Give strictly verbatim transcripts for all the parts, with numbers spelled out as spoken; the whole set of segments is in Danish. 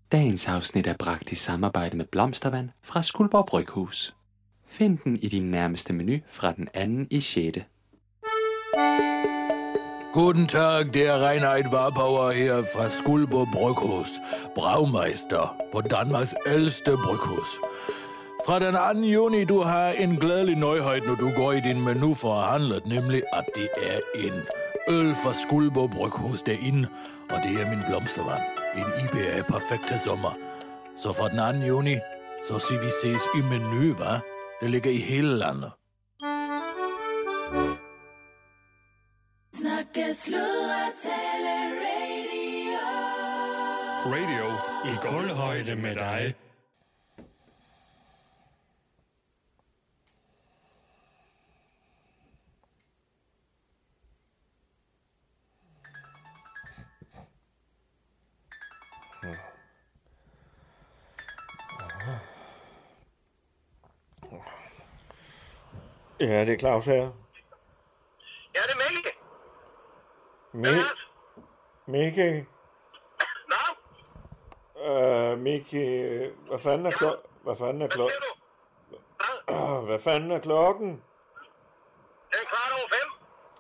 Dagens afsnit er bragt i samarbejde med Blomstervand fra Skuldborg Bryghus. Find den i din nærmeste menu fra den anden i sjette. Guten Tag, det er Reinhard Warpauer her fra Skuldborg Bryghus, bragmeister på Danmarks ældste bryghus. Fra den anden juni, du har en glædelig nøjhed, når du går i din menu for at handle, nemlig at det er en øl fra Skuldborg Bryghus derinde, og det er min blomstervand. En I P A perfekt til sommer. Så fra den anden juni, så siger vi ses i menu, hva'? Det ligger i hele landet. Snakke, sludre, tale, radio. Radio i guldhøjde med dig. Ja, det er Claus her. Ja, det er Mikkel. Mi- Mikkel? Nå? Øh, Mikkel, hvad fanden er klokken? Hvad fanden er klokken? Hvad Hvad fanden er klokken? Det er kvart over fem.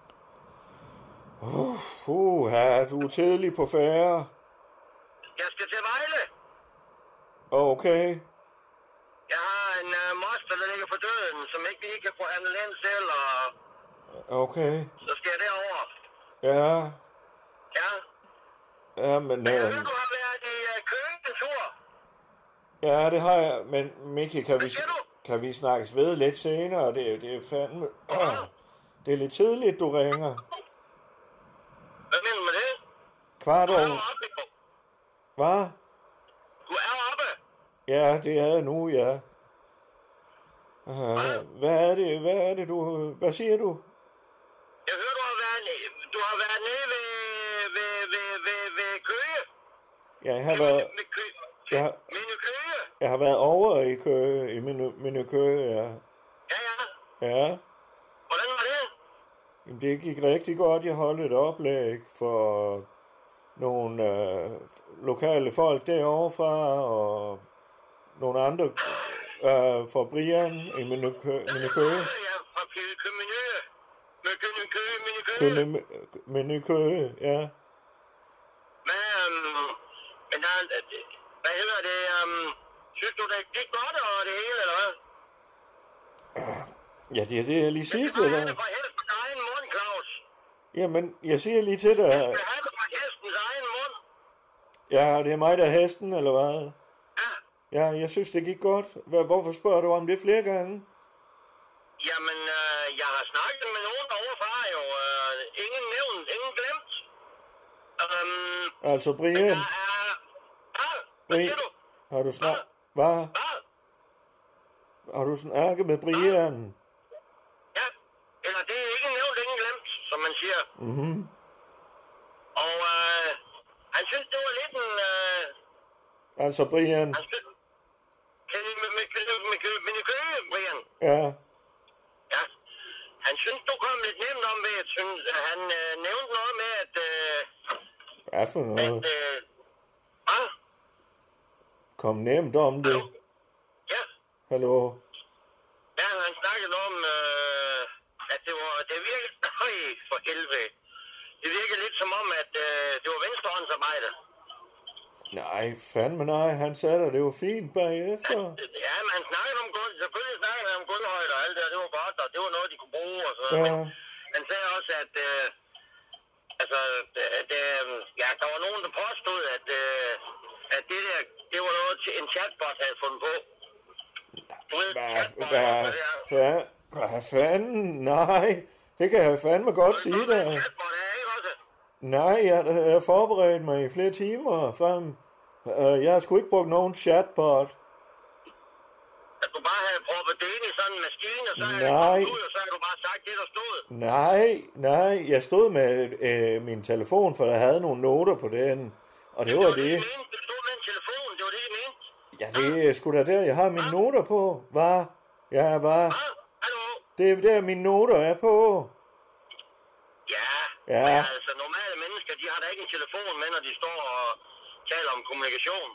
Uh, uh, her, du er tidlig på færre. Jeg skal til Vejle. Okay. Jeg har en uh, moster, der ligger for døden, som ikke lige kan få handlet ind selv, og Okay. så skal jeg derover. Ja. Ja. Ja, men... Men jeg Øh, ved, du har været i uh, Køge en tur. ja, det har jeg. Men Mikkel, kan vi, Hvad siger du? kan vi snakkes ved lidt senere? Det, er- det er fandme... det er lidt tidligt, du ringer. Hvad mener du med det? Kvart Du er jo over... oppe. Mikko. Hvad? Du er jo oppe. Ja, det er jeg nu, ja. Uh, hvad er det, hvad er det, du... Hvad siger du? Jeg hører, du har været, du har været nede ved, ved, ved, ved, ved Køge. Ja, jeg har været, Ved, ved Køge. jeg, har- Mine Køge. jeg har været over i kø, i mine, mine kø, ja. Ja, ja. Ja, Hvordan var det? jamen, det gik rigtig godt. Jeg holdt et oplæg for nogle øh, lokale folk derovre fra, og nogle andre øh, for Brian i mine kø. Mine kø. Ja, fra Køge Køge. Med Køge Køge, mine Køge. Kø, mine kø, ja. Men, um, men der, hvad hedder det, um, synes du, det gik godt og det hele, eller hvad? Ja, det er det, jeg lige siger Det til var det dig. fra hestens egen mund, Claus. Jamen, jeg siger lige til dig. Det er det fra hestens egen mund. Ja, det er mig, der er hesten, eller hvad? Ja, Ja, jeg synes, det gik godt. Hvad- Hvorfor spørger du om det flere gange? jamen, øh, jeg har snakket med nogen overfra jo. Øh, ingen nævnt, ingen glemt. Um, Altså, der Brian, er... Ah, hvad Brian, siger du? har du snak... Hvad? Hvad? Har du snakket med Brian? Ja, eller det er ikke nævnt, ingen glemt, som man siger. Mhm. Og øh, han synes, det var lidt en... Øh, Altså, Brian, han synes... Kan I med, med, med, med, med, med Køge, Brian? ja. Ja. Han synes, du kom lidt nemt om ved, at synes, at han øh, nævnte noget med, at... Øh, Hvad for at noget? øh, ah, Kom nemt om det. ja, Hallo? ja, han snakkede om, øh, at det var... Det virkede... Øj, for helvede. Det virkede lidt som om, at øh, det var venstrehåndsarbejde. Nej, fandme nej. Han sagde at det var fint bagefter. Ja, men han snakkede om gulv. Selvfølgelig snakkede han om gulvhøjde og alt det der. Det var godt, og det var noget, de kunne bruge og så. Ja. Men han sagde også, at... Øh, altså, at, øh, ja, der var nogen, der påstod, at, øh, at det der... Det var noget, til en chatbot havde fundet på. Du ved, Hvad, chatbot, hvad, og det er- hvad, hvad fanden? Nej, det kan jeg fandme godt Du ved sige godt, hvad en dig. chatbot er, ikke også? Nej, jeg har forberedt mig i flere timer frem. Øh, Jeg har sgu ikke brugt nogen chatbot. At du bare havde proppet det ind i sådan en maskine, og så havde Nej. det kommet ud, og så havde du bare sagt det, der stod. Nej, nej, jeg stod med øh, min telefon, for jeg havde nogle noter på den. Og det var det, det. de mente. Du stod med en telefon, det var det, de mente. Ja, det er sgu da der, jeg har mine noter på. Hvad? Ja, hvad? Ah, hallo? Det er der, mine noter er på. Ja, Ja. men altså normale mennesker, de har da ikke en telefon med, når de står og taler om kommunikation.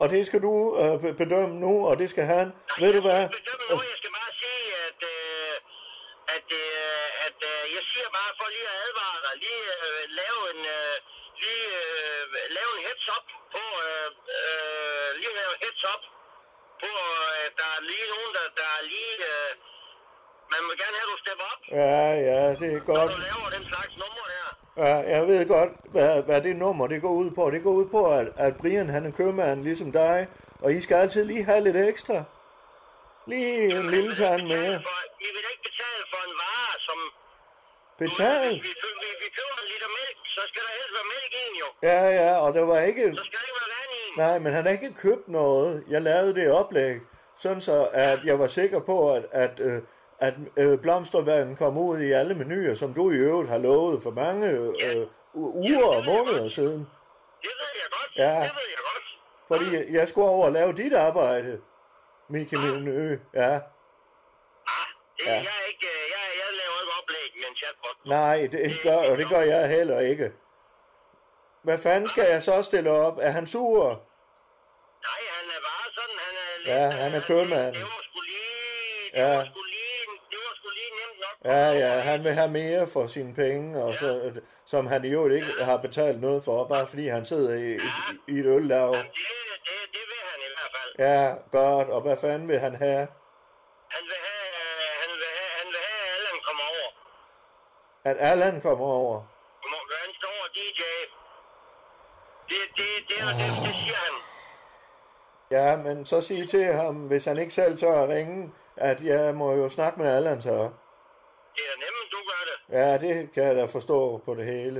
og det skal du øh, bedømme nu, og det skal han. Nej, Ved du jeg hvad? skal bedømme nu. Jeg skal bare sige, at, øh, at, øh, at øh, jeg siger bare for lige at advare dig, lige øh, lave en, øh, lige, øh, lave en heads up på, øh, øh, lige lave en heads up på, øh, der er lige nogen, der, der er lige, øh, man vil gerne have, at du stepper op, Ja, ja, det er når godt. du laver den slags numre der. Ja, jeg ved godt, hvad, hvad det nummer det går ud på. Det går ud på, at, at Brian han er købmand ligesom dig, og I skal altid lige have lidt ekstra. Lige en lille tand mere. I vil ikke betale for en vare, som... Betal? Hvis vi, vi, vi køber en liter mælk, så skal der helst være mælk i den jo. Ja, ja, og der var ikke... Så skal der ikke være vand i den. Nej, men han har ikke købt noget. Jeg lavede det oplæg, sådan så, at jeg var sikker på, at, at, øh, at øh, blomstervanden kom ud i alle menuer, som du i øvrigt har lovet for mange øh, uger og måneder siden. Det ved jeg godt. Ja. Det ved jeg godt. Fordi jeg skulle over og lave dit arbejde, Miki Menu. Ja. Ah, det, Ja. jeg, er ikke, øh, jeg, jeg laver ikke oplæg med en chatbot. Nej, det gør, og det gør jeg heller ikke. Hvad fanden skal jeg så stille op? Er han sur? Nej, han er bare sådan, han er lidt... Ja, han er købmand. Det var sgu lige... Det Ja. var sgu lige, det var sgu lige nemt nok. Ja, ja, han vil have mere for sine penge, og så, som han i øvrigt ikke har betalt noget for, bare fordi han sidder i, i, i et øllav. Det, det, det vil han i hvert fald. Ja, godt, og hvad fanden vil han have? Han vil have, øh, han vil have, han vil have, at Allan kommer over. At Allan kommer over. Må gøre en stor D J. Det, det, det, det, det, det siger han. Ja, men så sig til ham, hvis han ikke selv tør at ringe, at jeg må jo snakke med Allan så. Det er nemt, du gør det. Ja, det kan jeg da forstå på det hele.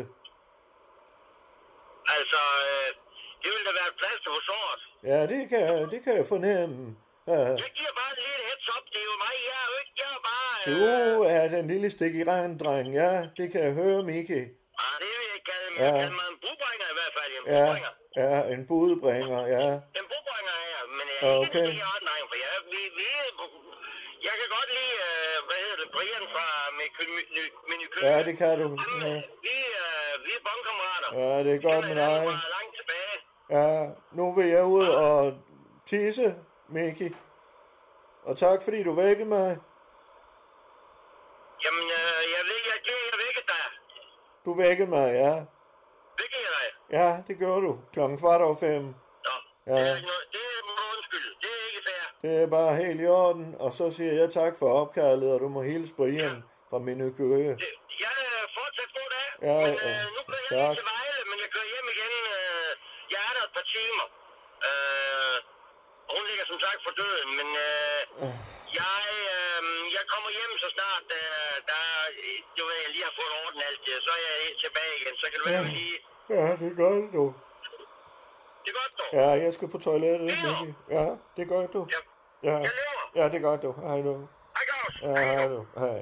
Altså, øh, det vil da være et plads til såret. Ja, det kan, det kan jeg fornemme. Ja. Jeg giver bare en lille heads up. Det er jo mig. Jeg er jo ikke, jeg er bare... Øh, Du er den lille stik i regn, dreng. Ja, det kan jeg høre, Miki. ah, det vil jeg ikke kalde, Ja. ja. kalde mig en budbringer i hvert fald. En Ja, budbringer. ja, en budbringer, ja. En budbringer er jeg, men jeg er ikke Okay. en stik i retning, dreng, for jeg, vi, vi, jeg kan godt lide, øh, hvad hedder det, Brian fra Menukø. Ja, det kan du. Ja, Vi, øh, vi er bondkammerater. ja det er godt med dig. Fra langt tilbage. Ja, nu vil jeg ud og tisse, Miki. Og tak, fordi du vækkede mig. Jamen, øh, jeg ved, jeg giver jeg vækket dig. Du vækkede mig, ja. Vækket jeg dig? Ja, det gør du. Klokken kvart over fem. Nå, Ja. det, er ikke noget, det må du undskylde. Det er ikke fair. Det er bare helt i orden. Og så siger jeg tak for opkaldet, og du må hilse Brian fra Menukøge. Det, jeg er fortsat god dag, Ja, men ja, øh, nu kører jeg tak. lige til Vejle, men jeg kører hjem igen. Øh, jeg er der et par timer. Øh, hun ligger som sagt for døden, men øh, jeg, øh, jeg kommer hjem så snart, øh, der, du ved, jeg lige har fået orden alt det, så er jeg tilbage igen, så kan du være, vi lige... Ja, det gør du. Det er godt, dog. Ja, jeg skal på toilettet, Miki. Ja, det gør du. Ja. Ja, Jeg lever. ja det gør du. Hej du. Hej, Claus. Ja, hej du. Hej.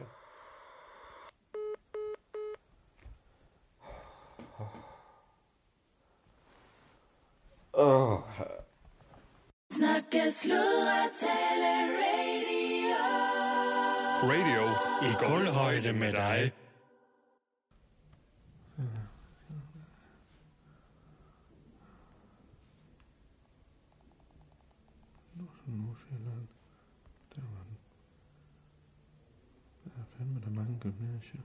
Åh, oh. Snakke, sludre, tale, radio. Radio i kulhøjde med dig. Nordsjælland. Der var den. Der er fandme der mange gymnasier.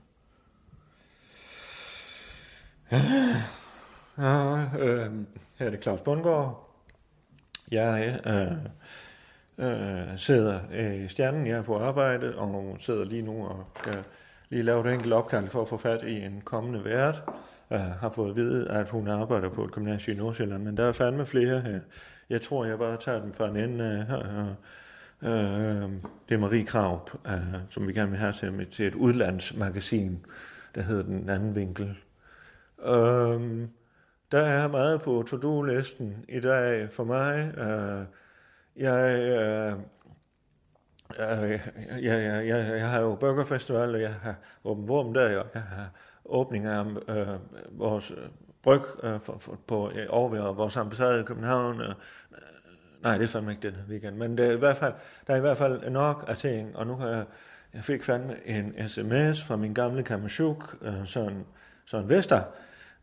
Ja, ja øh, her er det Claus Bundgaard. Jeg øh, øh, sidder i Stjernen, jeg er på arbejde, og sidder lige nu og skal lige lave et enkelt opkald for at få fat i en kommende vært. Jeg har fået at vide, at hun arbejder på et gymnasie i Nordsjælland, men der er fandme flere her. Jeg tror, jeg bare tager dem fra en ende af. Øh, øh, det er Marie Krarup, øh, som vi gerne vil have til, til et udlandsmagasin, der hedder Den Anden Vinkel. Øh, der er meget på to-do-listen i dag for mig. Øh, jeg, øh, øh, jeg, jeg, jeg, jeg har jo Burgerfestival, og jeg har åben vorm der, og jeg har åbning af øh, vores bryg øh, for, for, på øh, over vores ambassade i København. Øh, nej, det er fandme ikke den her weekend, men det er i hvert fald, der er i hvert fald nok af ting, og nu har jeg, jeg fik fandme en sms fra min gamle Kamashuk, øh, sådan, sådan Vester,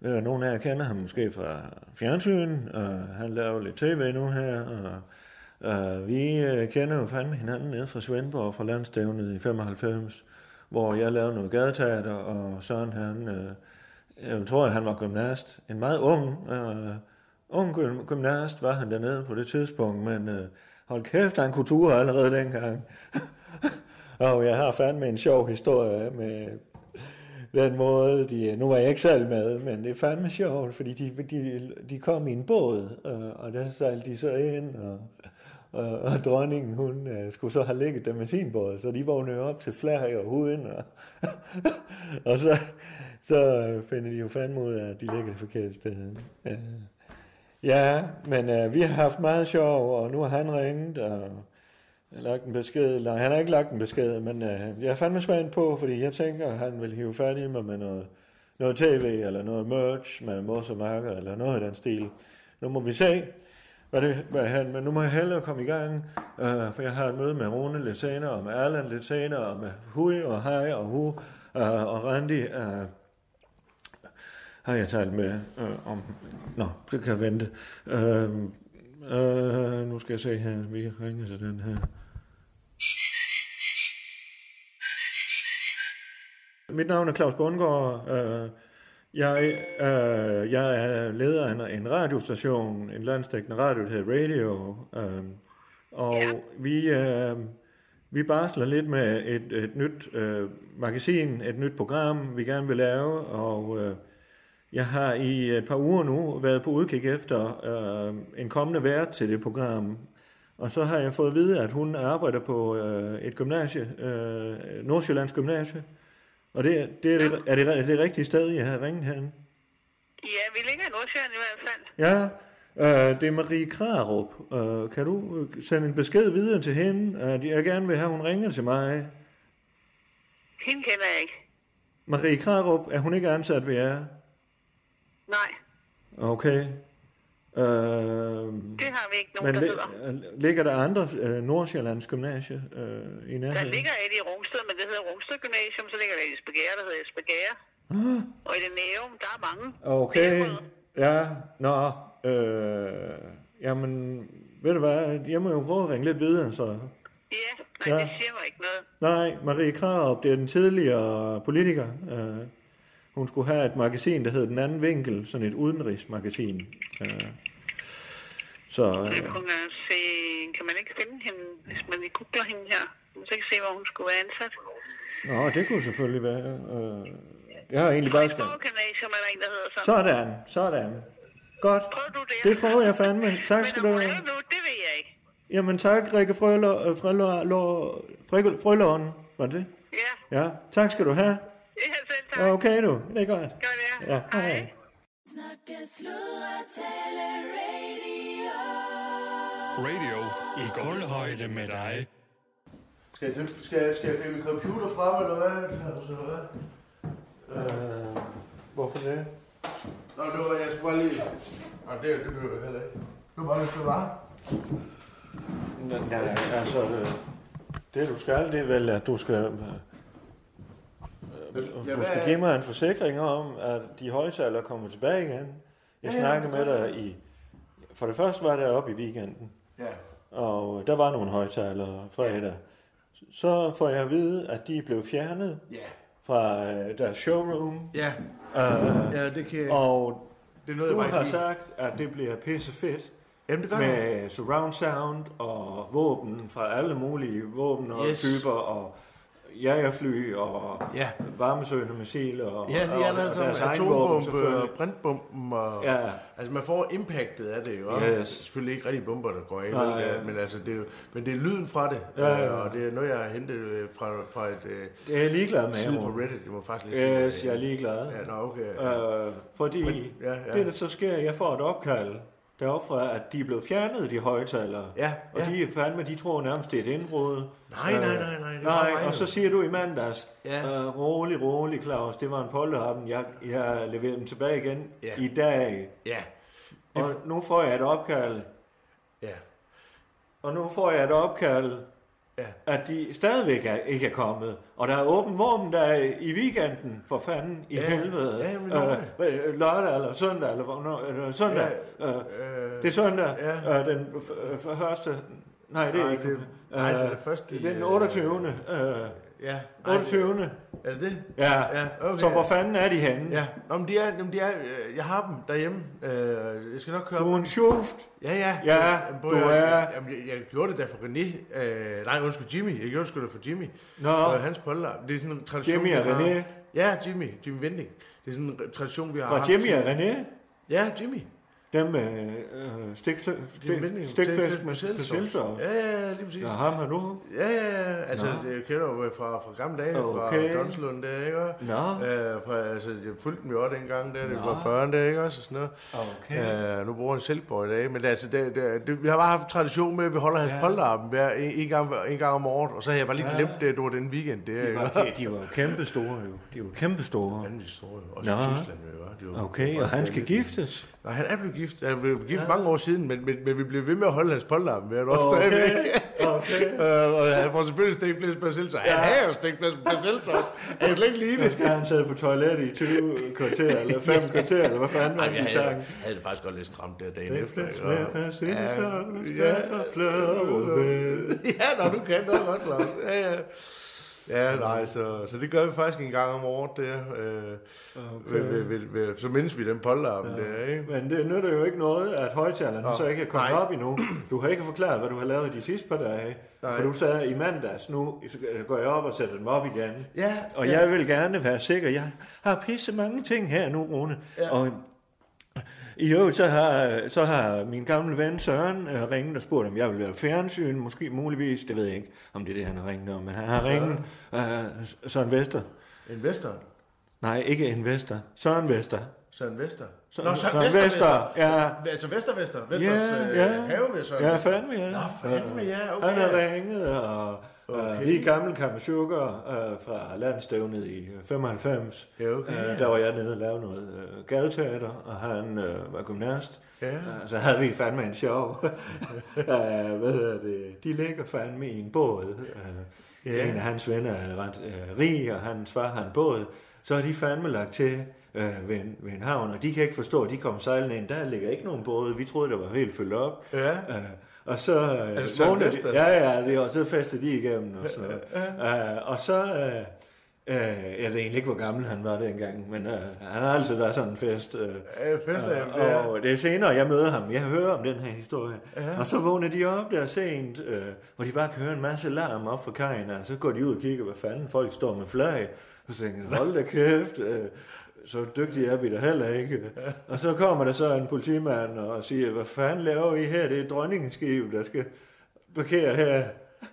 Øh, nogle af jer kender ham måske fra fjernsyn, og han laver lidt tv nu her, og øh, vi øh, kender jo fandme hinanden nede fra Svendborg, fra landstævnet i femoghalvfems, hvor jeg lavede noget gadeteater, og Søren han, øh, jeg tror, at han var gymnast, en meget ung, øh, ung gymnast var han dernede på det tidspunkt, men øh, hold kæft, han kunne ture allerede dengang. Og jeg har fandme en sjov historie med den måde, de, nu var jeg ikke selv med, men det er fandme sjovt, fordi de, de, de kom i en båd, og, og der sejlede de så ind, og, og, og dronningen, hun uh, skulle så have ligget der med sin båd, så de vågnede op til flag og huden, og, og så, så finder de jo fandme ud af, at de ligger det forkerte sted. Uh, ja, men uh, vi har haft meget sjov, og nu har han ringet, og lagt en besked. Nej, han har ikke lagt en besked, men øh, jeg er fandme spændt på, fordi jeg tænker, at han vil hive fat i mig med noget, noget tv, eller noget merch med mos og marker, eller noget af den stil. Nu må vi se, hvad det hvad han, men nu må jeg hellere komme i gang, øh, for jeg har et møde med Rune lidt senere, og med Allan lidt senere, og med Hui og Hej og Hu øh, og Randi. Øh, har jeg talt med øh, om... Nå, det kan vente. Øh, øh, nu skal jeg se her, vi ringer til den her. Mit navn er Claus Bundgaard. Jeg, øh, jeg er leder af en radiostation, en landsdækkende radio, der hedder Radio. Øh, og ja. vi, øh, vi barsler lidt med et, et nyt øh, magasin, et nyt program, vi gerne vil lave. Og øh, jeg har i et par uger nu været på udkig efter øh, en kommende vært til det program. Og så har jeg fået at vide, at hun arbejder på øh, et gymnasie, øh, Nordsjællands Gymnasie. Og det, det er, det, er, det, er det rigtige sted, jeg har ringet herinde? Ja, vi ligger i Nordsjælland i hvert fald. Ja, øh, det er Marie Krarup. Øh, kan du sende en besked videre til hende, at jeg gerne vil have, hun ringer til mig? Hende kender jeg ikke. Marie Krarup, er hun ikke ansat ved jer? Nej. Okay. Øh, det har vi ikke nogen, der hedder. Ligger der andre øh, Nordsjællands Gymnasie øh, i nærheden? Der ligger et i Rungsted, men det hedder Rungsted Gymnasium, så ligger der et i Spagære, der hedder Spagære. Ah. Og i det Næum, der er mange. Okay, ja, nå, øh, jamen, ved du hvad, jeg må jo prøve at ringe lidt videre, så... Ja, nej, ja. Det siger mig ikke noget. Nej, Marie Krarup, det er den tidligere politiker. Øh, Hun skulle have et magasin, der hed Den Anden Vinkel, sådan et udenrigsmagasin. Uh, så, uh, det kunne man se, kan man ikke finde hende, hvis man ikke googler hende her? Man kan ikke se, hvor hun skulle være ansat. Nå, det kunne selvfølgelig være. Uh, jeg har egentlig bare skrevet. Gymnasium er der en, der hedder sådan. Sådan, sådan. Godt. Prøv du det? Det prøver jeg fandme. Tak skal du have. Men nu, det ved jeg ikke. Jamen tak, Rikke Frølån. Var det det? Ja. Ja, tak skal du have. Ja, selv tak. Okay du, det er godt. Gør det, ja. Ja, hej. Snakke, sludre, tale, radio. Radio i guldhøjde med dig. Skal jeg, skal jeg, skal jeg finde min computer frem, eller hvad? Eller hvad? Øh, hvorfor det? Nå, nu var jeg skulle bare lige... Nå, det, det behøver jeg heller ikke. Nu bare lidt bevare. Ja, altså, det du skal, det er vel, at du skal... Du skal give mig en forsikring om, at de højtalere kommer tilbage igen. Jeg ja, ja, snakkede med dig i... For det første var det oppe i weekenden. Ja. Og der var nogle højtalere fredag. Ja. Så får jeg at vide, at de blev fjernet ja. fra uh, deres showroom. Ja. Uh, ja, det kan... Og det er noget, du har lige... sagt, at det bliver pisse fedt. Jamen, det gør med det. Surround sound og våben fra alle mulige våben og yes. typer og... jagerfly og ja. varmesøgende missiler og, ja, de er altså deres atombombe og brintbomben og ja. altså man får impactet af det jo. Yes. Selvfølgelig ikke rigtig bomber der går ind, nej, ja. men altså det er jo, men det er lyden fra det, ja, ja. og det er noget jeg har hentet fra fra et det er jeg ligeglad med side på Reddit, jeg må faktisk lige yes, sige. Jeg er ligeglad. Ja, nå, okay. Ja. Øh, fordi men, ja, ja. det der så sker, jeg får et opkald deroppe fra, at de er blevet fjernet, de højtalere. Ja, og ja. de er fandme, de tror nærmest, det er et indbrud. Nej, nej, nej, nej. Det nej, og så siger du i mandags, ja. uh, rolig, rolig, Claus, det var en polterappen, jeg, jeg leverer dem tilbage igen ja. i dag. Ja. Det... Og nu får jeg et opkald. Ja. Og nu får jeg et opkald ja. at de stadigvæk er, ikke er kommet. Og der er åben våben der i weekenden, for fanden, i ja. helvede. Ja, men øh, lørdag eller søndag, eller hvornår, eller søndag. Ja. Øh, det er søndag, ja. øh, den f- første... Nej, det er nej, ikke. Det, nej, det er det første. Det er den otteogtyvende Øh, ja. otteogtyvende Er det det? Ja, ja okay. Så hvor fanden er de henne? Ja, om de er, om de er, jeg har dem derhjemme. Jeg skal nok køre Du er en schuft. Ja, ja. Ja, jamen, du jeg, er... Jamen, jeg, jeg gjorde det da for René. Øh, nej, undskyld, Jimmy. Jeg gjorde det sgu da for Jimmy. Nå. Og hans polter. Det er sådan en tradition, Jimmy og René? Ja, Jimmy. Jimmy Vending. Det er sådan en tradition, vi har Fra haft. Fra Jimmy og René? Ja, Jimmy. Dem med øh, stikflæsk med selsovs. Ja, ja, lige præcis. Ja, ham har du? Ja, ja, ja. Altså, Nå. det kender jo fra, fra gamle dage, okay. fra Donslund der, ikke også? Nå. Øh, fra, altså, jeg fulgte dem jo også dengang, der, det var børn der, ikke også? Og sådan noget. Okay. Øh, nu bruger jeg en Silkeborg i dag, men altså, det, det, det, vi har bare haft tradition med, at vi holder hans ja. polterappen hver en, en, gang, en gang om året, og så har jeg bare lige glemt ja. det, det var den weekend der, de var, okay, de var jo kæmpe store, jo. De var kæmpe store. Vanvittigt store, jo. Også i Tyskland, jo. De var, okay, og han skal giftes? Nej, han er blevet gift. Han er blevet gift ja. mange år siden, men, men, men vi blev ved med at holde hans polterappen hvert år okay. stadigvæk. Okay. uh, og han får selvfølgelig stikflæsk med selsovs. Ja. Han har jo stikflæsk med selsovs. Jeg kan slet ikke lide det. Skal han sidde på toilettet i tyve kvarter, eller fem kvarter, eller hvad fanden var det, de sang? Jeg havde det faktisk godt lidt stramt der dagen efter. Stikflæsk med selsovs, ja, ja, når du kan noget godt, Claus. Ja, ja. Ja, nej, så, så det gør vi faktisk en gang om året der. Øh, okay. ved, ved, ved, så mindes vi den polterappen ja. der, ikke? Men det nytter jo ikke noget, at højtalerne så ikke er kommet nej. op endnu. Du har ikke forklaret, hvad du har lavet de sidste par dage. Nej. For du sagde i mandags, nu går jeg op og sætter dem op igen. Ja, og ja. jeg vil gerne være sikker. Jeg har pisse mange ting her nu, Rune. Ja. Og i øvrigt, så har, så har min gamle ven Søren uh, ringet og spurgt, om jeg vil være fjernsyn, måske muligvis, det ved jeg ikke, om det er det, han har ringet om, men han har ringet uh, Søren Vester. En Vester? Nej, ikke en Vester. Søren Vester. Søren Vester? Søren, Nå, Søren, Søren Vester, Vester. Ja. Altså Vester, Vester? Vesters ja, ja. have ved Søren Ja, fandme, ja. Nå, fandme, ja, okay. Han har ringet, og okay. uh, lige gammel Kammersugar uh, fra landstævnet i femoghalvfems. Ja, okay. Uh, der var jeg nede og lavede noget uh, gadeteater, og han uh, var gymnast. Ja. Uh, så havde vi fandme en sjov. uh, hvad hedder det? De ligger fandme i en båd. Uh, ja. En af hans venner er ret uh, rig, og hans far har en båd. Så har de fandme lagt til øh, ved, en, ved en havn, og de kan ikke forstå, at de kom sejlende ind. Der ligger ikke nogen både. Vi troede, det var helt fyldt op. Ja. Øh, og så øh, altså, vågnede de, ja, ja, det, og så festede de igennem. Og så, øh, og så øh, øh, jeg ved egentlig ikke, hvor gammel han var dengang, men øh, han har altid været sådan en fest. Øh, ja, fest øh, og, og det er senere, jeg møder ham. Jeg hører om den her historie. Ja. Og så vågner de op der sent, øh, hvor de bare kan høre en masse larm op fra kajen, og så går de ud og kigger, hvad fanden folk står med flag. Og så tænker jeg, hold da kæft, øh, så dygtige er vi da heller ikke. Og så kommer der så en politimand og siger, hvad fanden laver I her? Det er dronningsskib, der skal parkere her.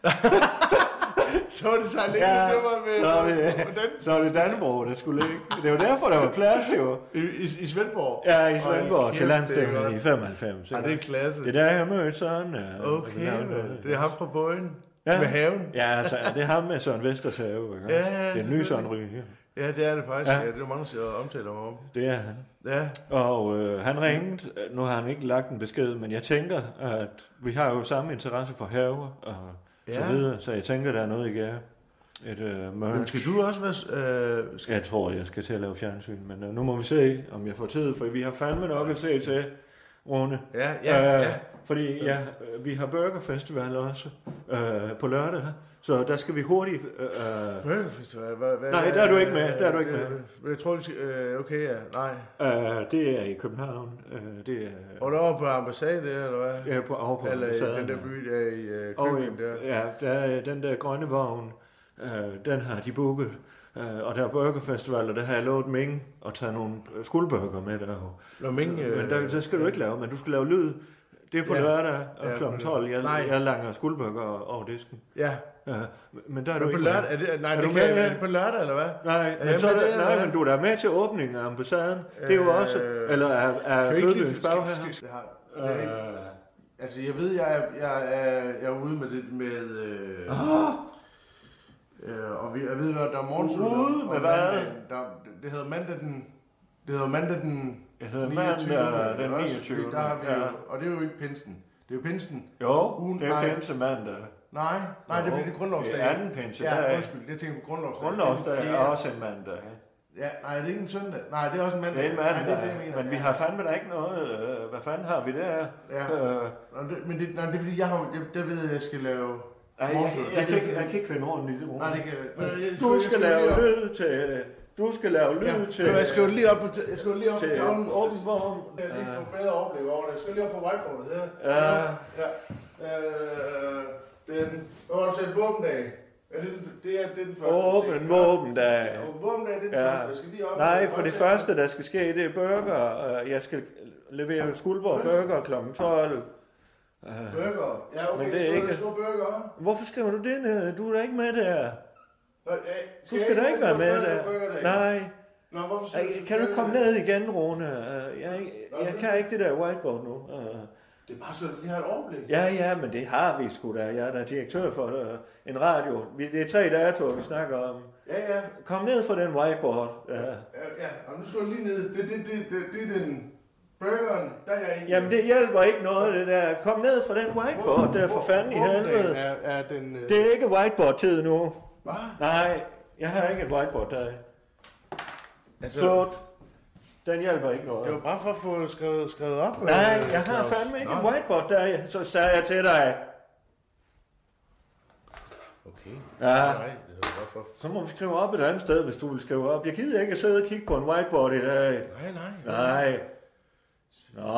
Så er det så lidt ja, med, så er det, så er det Dannebro, der skulle ligge. Det var derfor, der var plads jo. I, i, i Svendborg? Ja, i Svendborg, til landstævnet i femoghalvfems. Ja, det er klasse. Det er der, jeg mødte sådan. Ja, okay, det er ham fra Bøjen. Ja. Med haven. Ja, altså, det er ham med Søren Vesters have. Ikke? Ja, ja, det er en ny Søren Ryge. Ja. ja, det er det faktisk. Ja. Ja, det er jo mange, der omtaler mig om. Det er han. Ja. Og øh, han ringede. Nu har han ikke lagt en besked, men jeg tænker, at vi har jo samme interesse for haver og ja. så videre. Så jeg tænker, der er noget i gære. Et øh, merch. Men skal du også være... Øh, skal... Jeg tror, jeg skal til at lave fjernsyn, men øh, nu må vi se, om jeg får tid, for vi har fandme nok at se til, Rune. Ja, ja, øh, ja. Fordi ja, vi har Burger Festival også øh, på lørdag, så der skal vi hurtigt... Øh, Burger Festival? Hvad, hvad, nej, der er du ikke med. Der er du ikke med. Jeg tror, du skal... Øh, okay, ja. Nej. Øh, det er i København. Øh, det er... Og der på ambassade, eller hvad? Ja, på, over på eller ambassaden. Eller den der by der i øh, København der. Ja, der er den der grønne vogn. Øh, den har de booket. Uh, og der er Burger Festival, og der har jeg lovet Ming at tage nogle skuldburger med der. Nå, Ming, øh, men der, der skal du ikke lave, men du skal lave lyd. Det er på ja. lørdag ja, klokken tolv. Jeg, jeg langer skuldburger over disken. Ja. Uh, men der er men du på ikke lørdag, er det, nej, er det du kan med? Er det på lørdag, eller hvad? Nej, men, så er det, nej men du er der med til åbningen af ambassaden. Øh, det er jo også, eller er, er Kødløbens bag her. Altså, jeg ved, jeg er, jeg er, jeg er ude med det med... Øh, oh. Øh, og vi, jeg ved, at der er morgensol. Ude med hvad? Der, det hedder mandag den... Det hedder mandag den... Det hedder mandag den niogtyvende. Der har vi ja. jo, og det er jo ikke pinsen. Det er jo pinsen. Jo, ugen, det er pinse mandag. Nej, nej, det er fordi, det er grundlovsdag. Det er anden pinsedag. Ja, undskyld, jeg tænker på grundlovsdag. Grundlovsdag er også en mandag. Ja, nej, det er ikke en søndag. Nej, det er også en mandag. Det er en mandag, nej, det er det, jeg mener. men vi har fandme da ikke noget. Øh, hvad fanden har vi der? Ja. Øh, Nå, det, men det, nej, det er fordi, jeg har, jeg, der ved jeg, jeg skal lave... Nej, jeg, jeg, jeg, kan ikke, jeg kan ikke finde orden i det. Nej, det kan jeg ikke. Du skal lave lyd til... Du skal lave lyd ja, til... Jeg skriver lige op på, jeg skriver lige op til på tavlen. åben vorm. Jeg lige få bedre overblik over det. Jeg skal lige op på whiteboardet her. Ja. Ja. Øh, den... Hvad var du sagde? Våbendag. Ja, det, det, er, det er den første. Åben våbendag. Ja, våbendag, det er den ja. første. Jeg skal lige op. Nej, for det første, der skal ske, det er burger. Jeg skal levere Skuldborg burger klokken tolv. Burger? Ja, okay. Men det er ikke... Skriver burger. Hvorfor skriver du det ned? Du er da ikke med der. Skal du skal da ikke være med burger, der. burger Nej. Nå, hvorfor Ej, kan du ikke komme ned igen, Rune? Jeg, jeg kan ikke det der whiteboard nu. Det er bare så, vi har et overblik. Ja, ja, men det har vi sgu da. Jeg er da direktør for uh, en radio. Det er tre datoer, vi snakker om. Ja, ja. Kom ned for den whiteboard. Ja, ja, ja. Og nu skal du lige ned. Det, det, det, det, det er den burgeren, der er jeg ikke. Jamen, det hjælper ikke noget, det der. Kom ned for den whiteboard, der for fanden i helvede. Er, er den, uh... Det er ikke whiteboard-tid nu. Hvad? Nej, jeg har ikke et whiteboard der. Altså... Slut. Den hjælper ikke noget. Det var bare for at få skrevet, skrevet op. Nej, jeg har fandme ikke et whiteboard der. Så sagde jeg til dig. Okay. Ja. Nej, det var for... Så må vi skrive op et andet sted, hvis du vil skrive op. Jeg gider ikke at sidde og kigge på en whiteboard i dag. Nej, nej. Nej. Nå.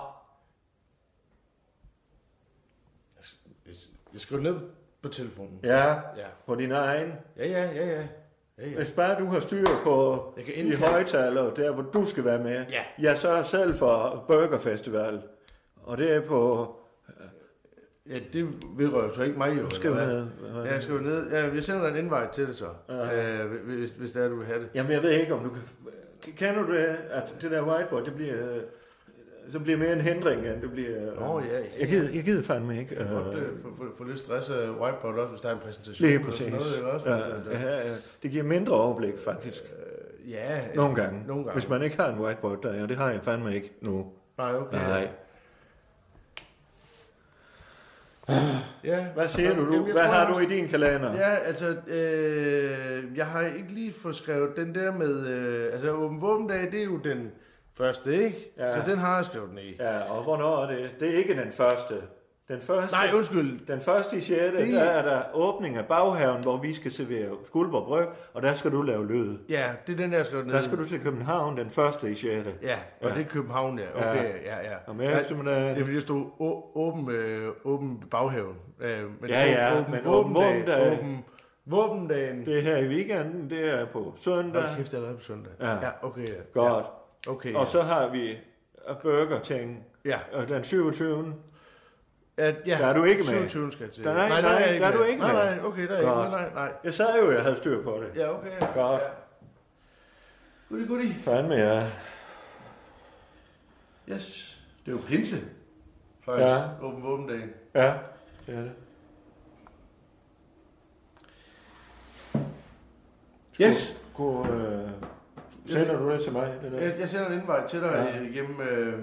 Jeg skriver ned på telefonen. Ja, ja. På din egen. Ja, ja, ja, ja. Ja, ja. Hvis bare du har styr på de højtaler, der hvor du skal være med. Ja. Jeg sørger selv for Burger Festival. Og det er på... Ja, det vedrører så ikke mig jo. Skal eller ned. Ja, jeg skal ned. Ja, jeg sender dig en invite til det så. Ja. Øh, hvis, hvis det er, du vil have det. Jamen, jeg ved ikke, om du kan... Kan du det, at det der whiteboard, det bliver... Så bliver mere en hindring, end det bliver... Nå, ja, ja. Jeg gider, jeg gider fandme ikke. Jeg kan godt uh, få, få, få lidt stress af whiteboard også, hvis der er en præsentation. Lige præcis. Eller sådan noget, også, ja, ja, ja. Det giver mindre overblik, faktisk. Uh, ja. Nogle gange. Nogle gange. Hvis man ikke har en whiteboard der, ja, det har jeg fandme ikke nu. Nej, okay. Nej. Ja. Hvad siger du? du? Jamen, Hvad tror, har du også... i din kalender? Ja, altså, øh, jeg har ikke lige fået skrevet den der med... Øh, altså, Åben Våbendag, det er jo den første, ikke? Ja. Så den har jeg skrevet ned i. Ja, og hvornår er det? Det er ikke den første. Den første, Nej, undskyld. Den første i sjette, det... der er der åbning af baghaven, hvor vi skal servere Skuldborg Bryg, og der skal du lave lyd. Ja, det er den, der jeg skrevet ned. Der skal du til København den første i sjette. Ja, og ja. Det er København, ja. Okay, ja, ja. ja. Og med eftermiddag... Det er fordi, der stod åben, øh, åben baghaven. Øh, men ja, ja, åben, men åben våbendag. Åben våbendagen. Det er her i weekenden, det er på søndag. Hold kæft, det er allerede på søndag. Ja, ja okay. Ja. Godt. Ja. Okay, og ja. så har vi burger-ting. Ja. Den syvogtyvende Ja, ja. Der er du ikke med. syvogtyvende skal jeg til. Der, nej, nej, nej, der er, ikke der er du ikke nej, med. Nej, nej, okay, der er Godt. ikke. Nej, nej. Jeg sagde jo, at jeg havde styr på det. Ja, okay. Godt. Ja. Goodie, goodie. Fandme, ja. Yes. Det er jo pinse. Faktisk. Ja. Åben våbendagen. Ja, det er det. Yes. God, øh, sender du det til mig? Det der? Jeg, jeg sender en invite til dig ja. Igennem øh,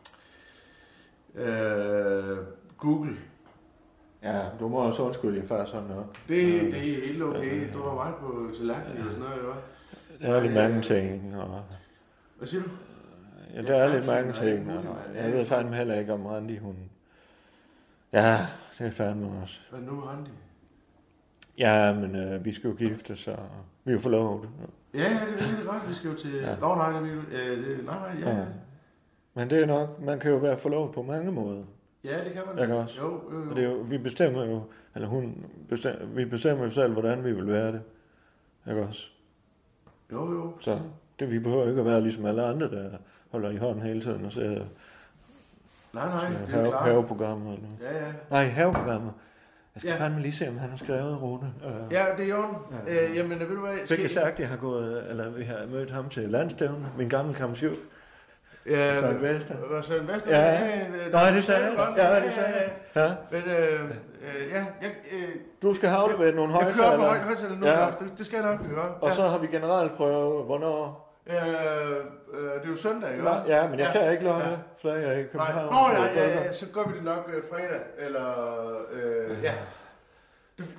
øh, Google. Ja, du må også undskylde din far sådan noget. Det, det er helt okay. Du var meget på tallerkenen ja. Og sådan noget, jo. Der er lidt mange ting. Og... Hvad siger du? Ja, der er lidt mange ting. Og jeg ved fandme heller ikke om Randi, hun... Ja, det er fandme også. Hvad er det nu med Randi? Ja, men øh, vi skal jo gifte, så vi er jo forlovet. Ja, ja, det ved jeg godt. Vi skal jo til... Ja. Nå, nej, det, øh, det, nej, nej, ja. ja. Men det er nok, man kan jo være forlovet på mange måder. Ja, det kan man. Jeg kan også. Jo, jo, jo. Og det er jo, vi bestemmer jo, eller hun bestemmer, vi bestemmer jo selv, hvordan vi vil være det. Jeg også. Jo, jo. Så det, vi behøver ikke at være ligesom alle andre, der holder i hånden hele tiden og ser... Nej, nej, det er have, klart. Haveprogrammer. Eller. Ja, ja. Nej, haveprogrammer. Jeg skal ja. fandme lige se, om han har skrevet, Rune. Uh, ja, det er jo ja. øh, jamen, ved du hvad... Fik jeg sagt, at jeg har gået, eller vi har mødt ham til landstævne, min gamle kammesjuk. Ja, Søren Vester. Var Søren Vester? Ja, ja, ja, nej, det sagde jeg. Ja, det sagde jeg. Ja. Men, øh, øh, ja, jeg... Øh, du skal have det ved nogle højtaler. Jeg kører på højtaler nu, ja. det, det skal jeg nok gøre. Og ja. så har vi generalprøve, hvornår... Øh, øh, det er jo søndag, ikke? Ja, men jeg ja. kan ikke lade ja. det, for jeg er i København. Nej, Nå, ja, ja, ja, så gør vi det nok øh, fredag, eller... Øh, ja.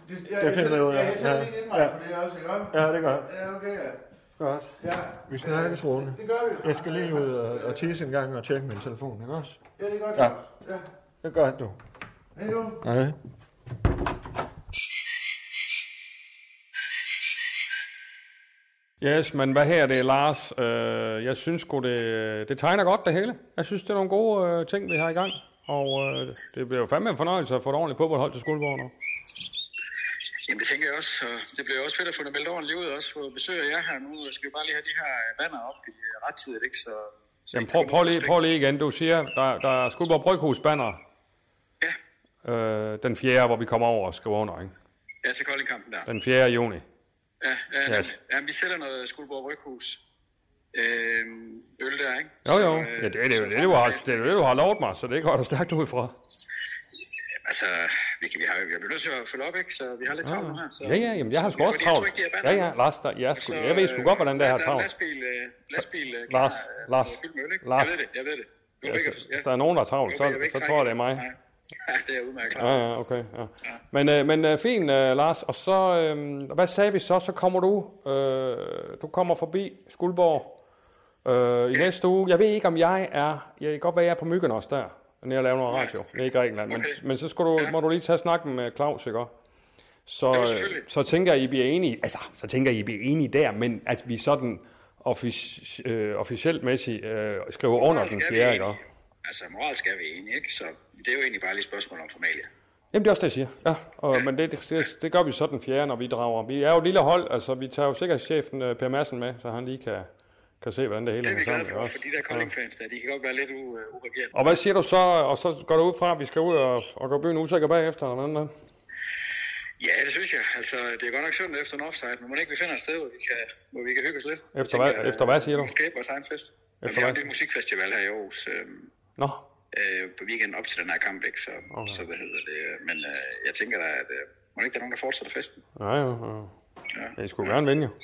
Det, Det jeg, jeg, finder jeg ud af. ja, jeg sætter Ja. lige en indvej Ja. på det også, ikke? Ja, det gør. Ja, okay, ja. Godt. Ja. Vi snakkes, Rune. Det gør vi. Jeg skal lige ud og, og tisse en gang og tjekke min telefon, ikke også? Ja, det er godt. Ja. Ja. Det gør du. Hej du. Nej. Yes, men hvad her det er, Lars? Øh, jeg synes sgu, det, det tegner godt det hele. Jeg synes, det er nogle gode øh, ting, vi har i gang. Og øh, det bliver jo fandme en fornøjelse at få et ordentligt fodboldhold til Skuldborg nu. Jamen det tænker jeg også, og det bliver også fedt at få det meldt ordentligt ud, også få besøg af jer her nu. Skal vi bare lige have de her banner op i rettidigt, ikke? Så, så Jamen prøv, prøv, lige, prøv lige igen, du siger, der, der er Skuldborg Bryghus banner. Ja. Øh, den fjerde, hvor vi kommer over og skriver under, ikke? Ja, til Koldingkampen der. Den fjerde juni. Ja, ja, Yes. ja, vi sælger noget Skuldborg Bryghus. Øh, øl der, ikke? Jo, jo. Så, Ja, det er det, det, det, du har, det, er det, du har lovet mig, så det går du stærkt ud fra. Altså, vi, kan, vi har jo nødt til at følge op, ikke? Så vi har lidt travlt nu her. Så, Ja, ja, jamen jeg har sgu så også vi får de her travlt. tryk, de her Ja, banner. ja, Lars, der, jeg, sgu, Så, jeg ved sgu godt, hvordan det her er Der er en travlt. lastbil, øh, lastbil øh, Lars, klar, øh, Lars, fyldt med øl, ikke? Lars. Jeg ved det, jeg ved det. Du Ja, ikke, så, ja. hvis der er nogen, der er travlt, Du så, vil- jeg vil ikke så tror jeg, det er trække mig. igen. Nej. Ja, det er udmærket Ja, klart. ja, okay. Ja. Men, øh, men øh, fint, øh, Lars. Og så, øh, hvad sagde vi så? Så kommer du, øh, du kommer forbi Skuldborg øh, i næste uge. Jeg ved ikke, om jeg er, jeg kan godt være, jeg er på Myggen også der, når jeg laver noget radio, nede i Grækenland. Men, Okay. men så skal du, må du lige tage snakken med Claus, ikke? Så, Jo, øh, selvfølgelig. så tænker jeg, I bliver enige, altså, så tænker jeg, I bliver enige der, men at vi sådan offic, øh, officielt mæssigt øh, skriver under den Moralsk er vi fjerde, ikke? enige. Altså, moralsk er vi enige, ikke? Så det er jo egentlig bare lige et spørgsmål om formalia. Jamen, det er også det, jeg siger. Ja, og, men det, det, det gør vi så den fjerde, når vi drager. Vi er jo et lille hold, altså vi tager jo sikkerhedschefen uh, Per Madsen med, så han lige kan, kan se, hvordan det hele Det er vi hænger glade sammen. for, for de der Kolding-fans der, de kan godt være lidt u- uh, uregerende. Og hvad siger du så, og så går du ud fra, at vi skal ud og, og gå byen usikker bagefter, eller noget? Ja, det synes jeg. Altså, det er godt nok søndag efter en offside, men må det ikke vi finder et sted, hvor vi kan, hvor vi kan hygge os lidt. Jeg Efter hvad- efter hvad siger vi du? Vi kan skabe vores egen fest. Efter vi har hvad? en lille musikfestival her i Aarhus øhm, Nå, øh, på weekenden op til den her kamp, ikke? Så, okay. så hvad hedder det? Men øh, jeg tænker da, at øh, må det ikke der er nogen, der fortsætter festen? nej, ja, ja. Ja. Jeg skulle gerne vinde, jo.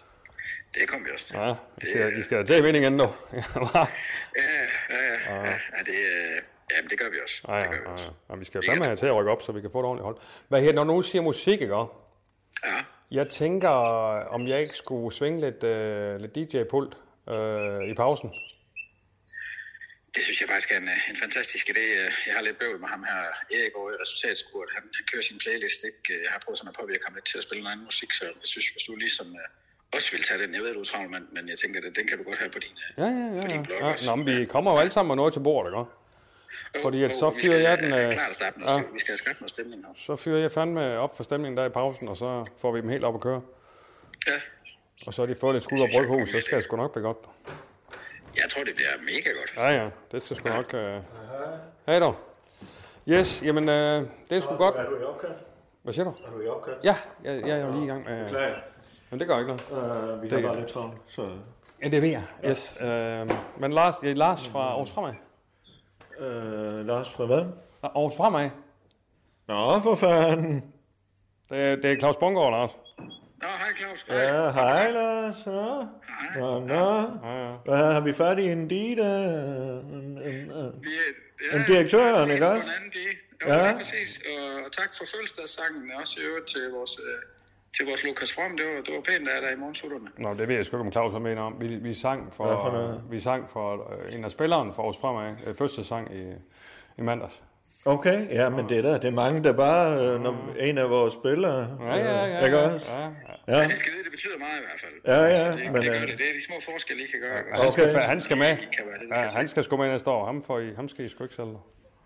Det kommer vi også til. Ja, I skal, I skal da til at vinde igen, dog. Ja, ja, ja, ja, ja, ja, det, øh, jamen, det gør vi også. Ja, ja, det gør vi ja, også. ja. Vi skal fandme have til at rykke op, så vi kan få et ordentligt hold. Hvad her, når nogen siger musik, ikke? Ja, Jeg tænker, om jeg ikke skulle svinge lidt, øh, lidt D J-pult øh, i pausen. det synes jeg faktisk er en, en fantastisk idé. Jeg har lidt bøvl med ham her, Erik, over i resultatspurt. Han, han kører sin playlist, ikke? Jeg har prøvet sådan at påvirke ham lidt til at spille en anden musik, så jeg synes, hvis du ligesom uh, også vil tage den, jeg ved, du er travlt, men, men jeg tænker, at den kan du godt have på din, Ja, ja, ja. på din ja. blog ja. også. Nå, men vi kommer jo alle sammen med noget til bordet, ikke? Jo, Fordi at jo, så vi fyrer skal, jeg den, øh, øh, klart at starte med, ja. ja. Vi skal have skabt noget stemning her. Så fyrer jeg fandme op for stemningen der i pausen, og så får vi dem helt op at køre. Ja, Og så har de fået lidt skud og bryghus, så skal det sgu nok blive godt. jeg tror, det bliver mega godt. Ja, ja, det skal sgu nok... Øh... Hej dog. Yes, jamen, øh, det er sgu godt. Er du i opkald? Hvad siger du? Er du i opkald? Ja, jeg, jeg er jo lige i gang med... Beklager. Men det gør ikke noget. Uh, vi har Det- bare lidt travlt, så... Ja, det ved jeg. Yes. Øh, men Lars, ja, Lars fra Aarhus Fremad. Uh, Lars fra hvad? Aarhus Fremad. Nå, for fanden. Det, er- det er Claus Bungård, Lars. Nå, hej Claus. Hej. Ja, hej Lars. Nå, Hej. nå, nå. Ja, ja. Hvad har vi fat i en dita? En, en, en. Vi, er- Men direktøren, ikke på også? en anden dag. Jo, Ja. ja. præcis. Og, og tak for fødselsdagssangen, også i øvrigt til vores, øh, til vores Lukas From. Det var, det var pænt, der er der i morgensutterne. Nå, det ved jeg sgu ikke, om Claus har mener om. Vi, vi sang for, Hvad for noget? vi sang for øh, en af spilleren for Aarhus Fremad. Øh, første sang i, i mandags. Okay, ja, men det er der. Det er mange, der bare, øh, når en af vores spillere... Ja, ja, ja. Ikke ja, også? ja, ja. Ja, Ja. Det skal vide, det betyder meget i hvert fald. Ja, ja, Altså, det, men, det gør øh, det. Det er de små forskelle, I kan gøre. ikke? Han, skal, Okay. han skal med. Det kan være det, det Ja, skal han skal sgu med næste år. Ham, får I, ham skal I sgu ikke sælge.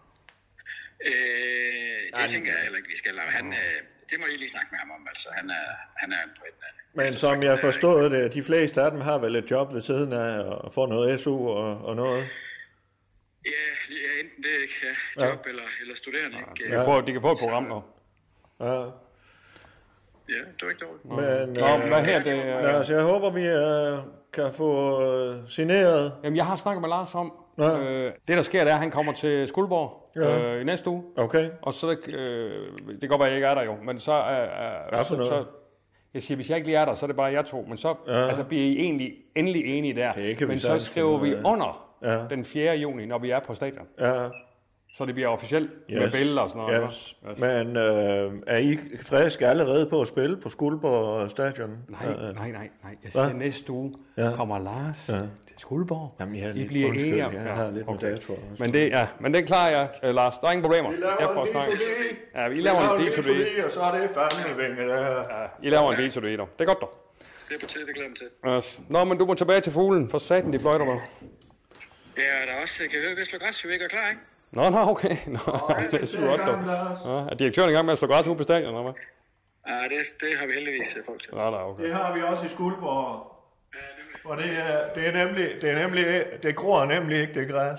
Øh, det tænker jeg heller ikke, vi skal lave. Han, øh, det må I lige snakke med ham om. Altså, han er, han er en på en... men som jeg har forstået det, de fleste af dem har vel et job ved siden af og får noget S U og, og noget. Ja, ja, enten det ikke. Ja, job ja. Eller, eller studerende. Ikke? De kan, få, de kan få et program nu. Ja, Ja, det var ikke dårligt. men Nå, øh, hvad her det? Øh, ja, altså, jeg håber, vi øh, kan få øh, signeret. Jamen, jeg har snakket med Lars om, Ja. øh, det der sker, det er, at han kommer til Skuldborg Ja. øh, i næste uge. Okay, Og så, øh, det kan godt være, at jeg ikke er der jo, men så, øh, Hvad for så, noget? så jeg siger, hvis jeg ikke lige er der, så er det bare jer to. Men så ja. altså, bliver I egentlig endelig enige der. Det kan vi men så sagtens skriver vi finde ud af. under Ja. den fjerde juni, når vi er på stadion. ja. Så det bliver officielt yes. med billeder og sådan noget. Yes. Yes. Men øh, er I friske allerede på at spille på Skuldborg Stadion? Nej, nej, nej, nej. Jeg siger, næste uge ja. kommer Lars ja. til Skuldborg. Jamen, jeg I bliver enige om. Jeg har lidt okay. med dato. Men det, ja, men det klarer jeg, uh, Lars. Der er ingen problemer. Vi laver en beat to Ja, vi laver en beat to be. Og så er det fandme vinge, det her. Ja, I laver en beat to be, dog. Det er godt, dog. Det er på tide, det glæder mig til. Yes. Nå, men du må tilbage til fuglen, for satan, de fløjter med. Ja, der er også, kan jeg høre, hvis slå græs, jo ikke er klar, ikke? Nå, nå, okay. Nå, det er surt, dog. Ja, er direktøren i gang med at slå græs ude på stadion, eller hvad? Ja, det, det har vi heldigvis folk til. Nå, da, okay. Det har vi også i Skuldborg. For det er, det er nemlig, det er nemlig, det gror nemlig ikke, det græs.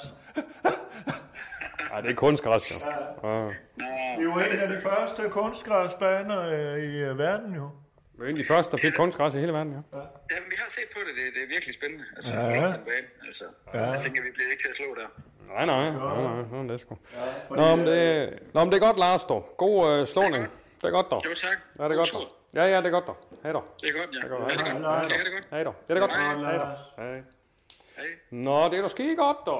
Nej, det er kunstgræs, jo. Ja. Ja. Det er jo en af de første kunstgræsbaner i uh, verden, jo. Det er en af de første, der fik kunstgræs i hele verden, jo. Ja, men vi har set på det, det, det er virkelig spændende. Altså, ja. den bane, altså. Ja. Jeg tænker, vi bliver ikke til at slå der. Nej, nej, nej, nej, nej, det er sgu. Ja, Nå, men det, Nå, men det er godt, Lars, dog. God uh, slåning. Det er godt, dog. Jo, tak. Ja, det er godt, dog. Ja, ja, det er godt, dog. Hej, dog. Det er godt, ja. Det er godt, hej. Hej, dog. hej, det er godt. Hej, dog. Det er godt. Hej, dog. Hej. Hej. Nå, det er da skide godt, dog.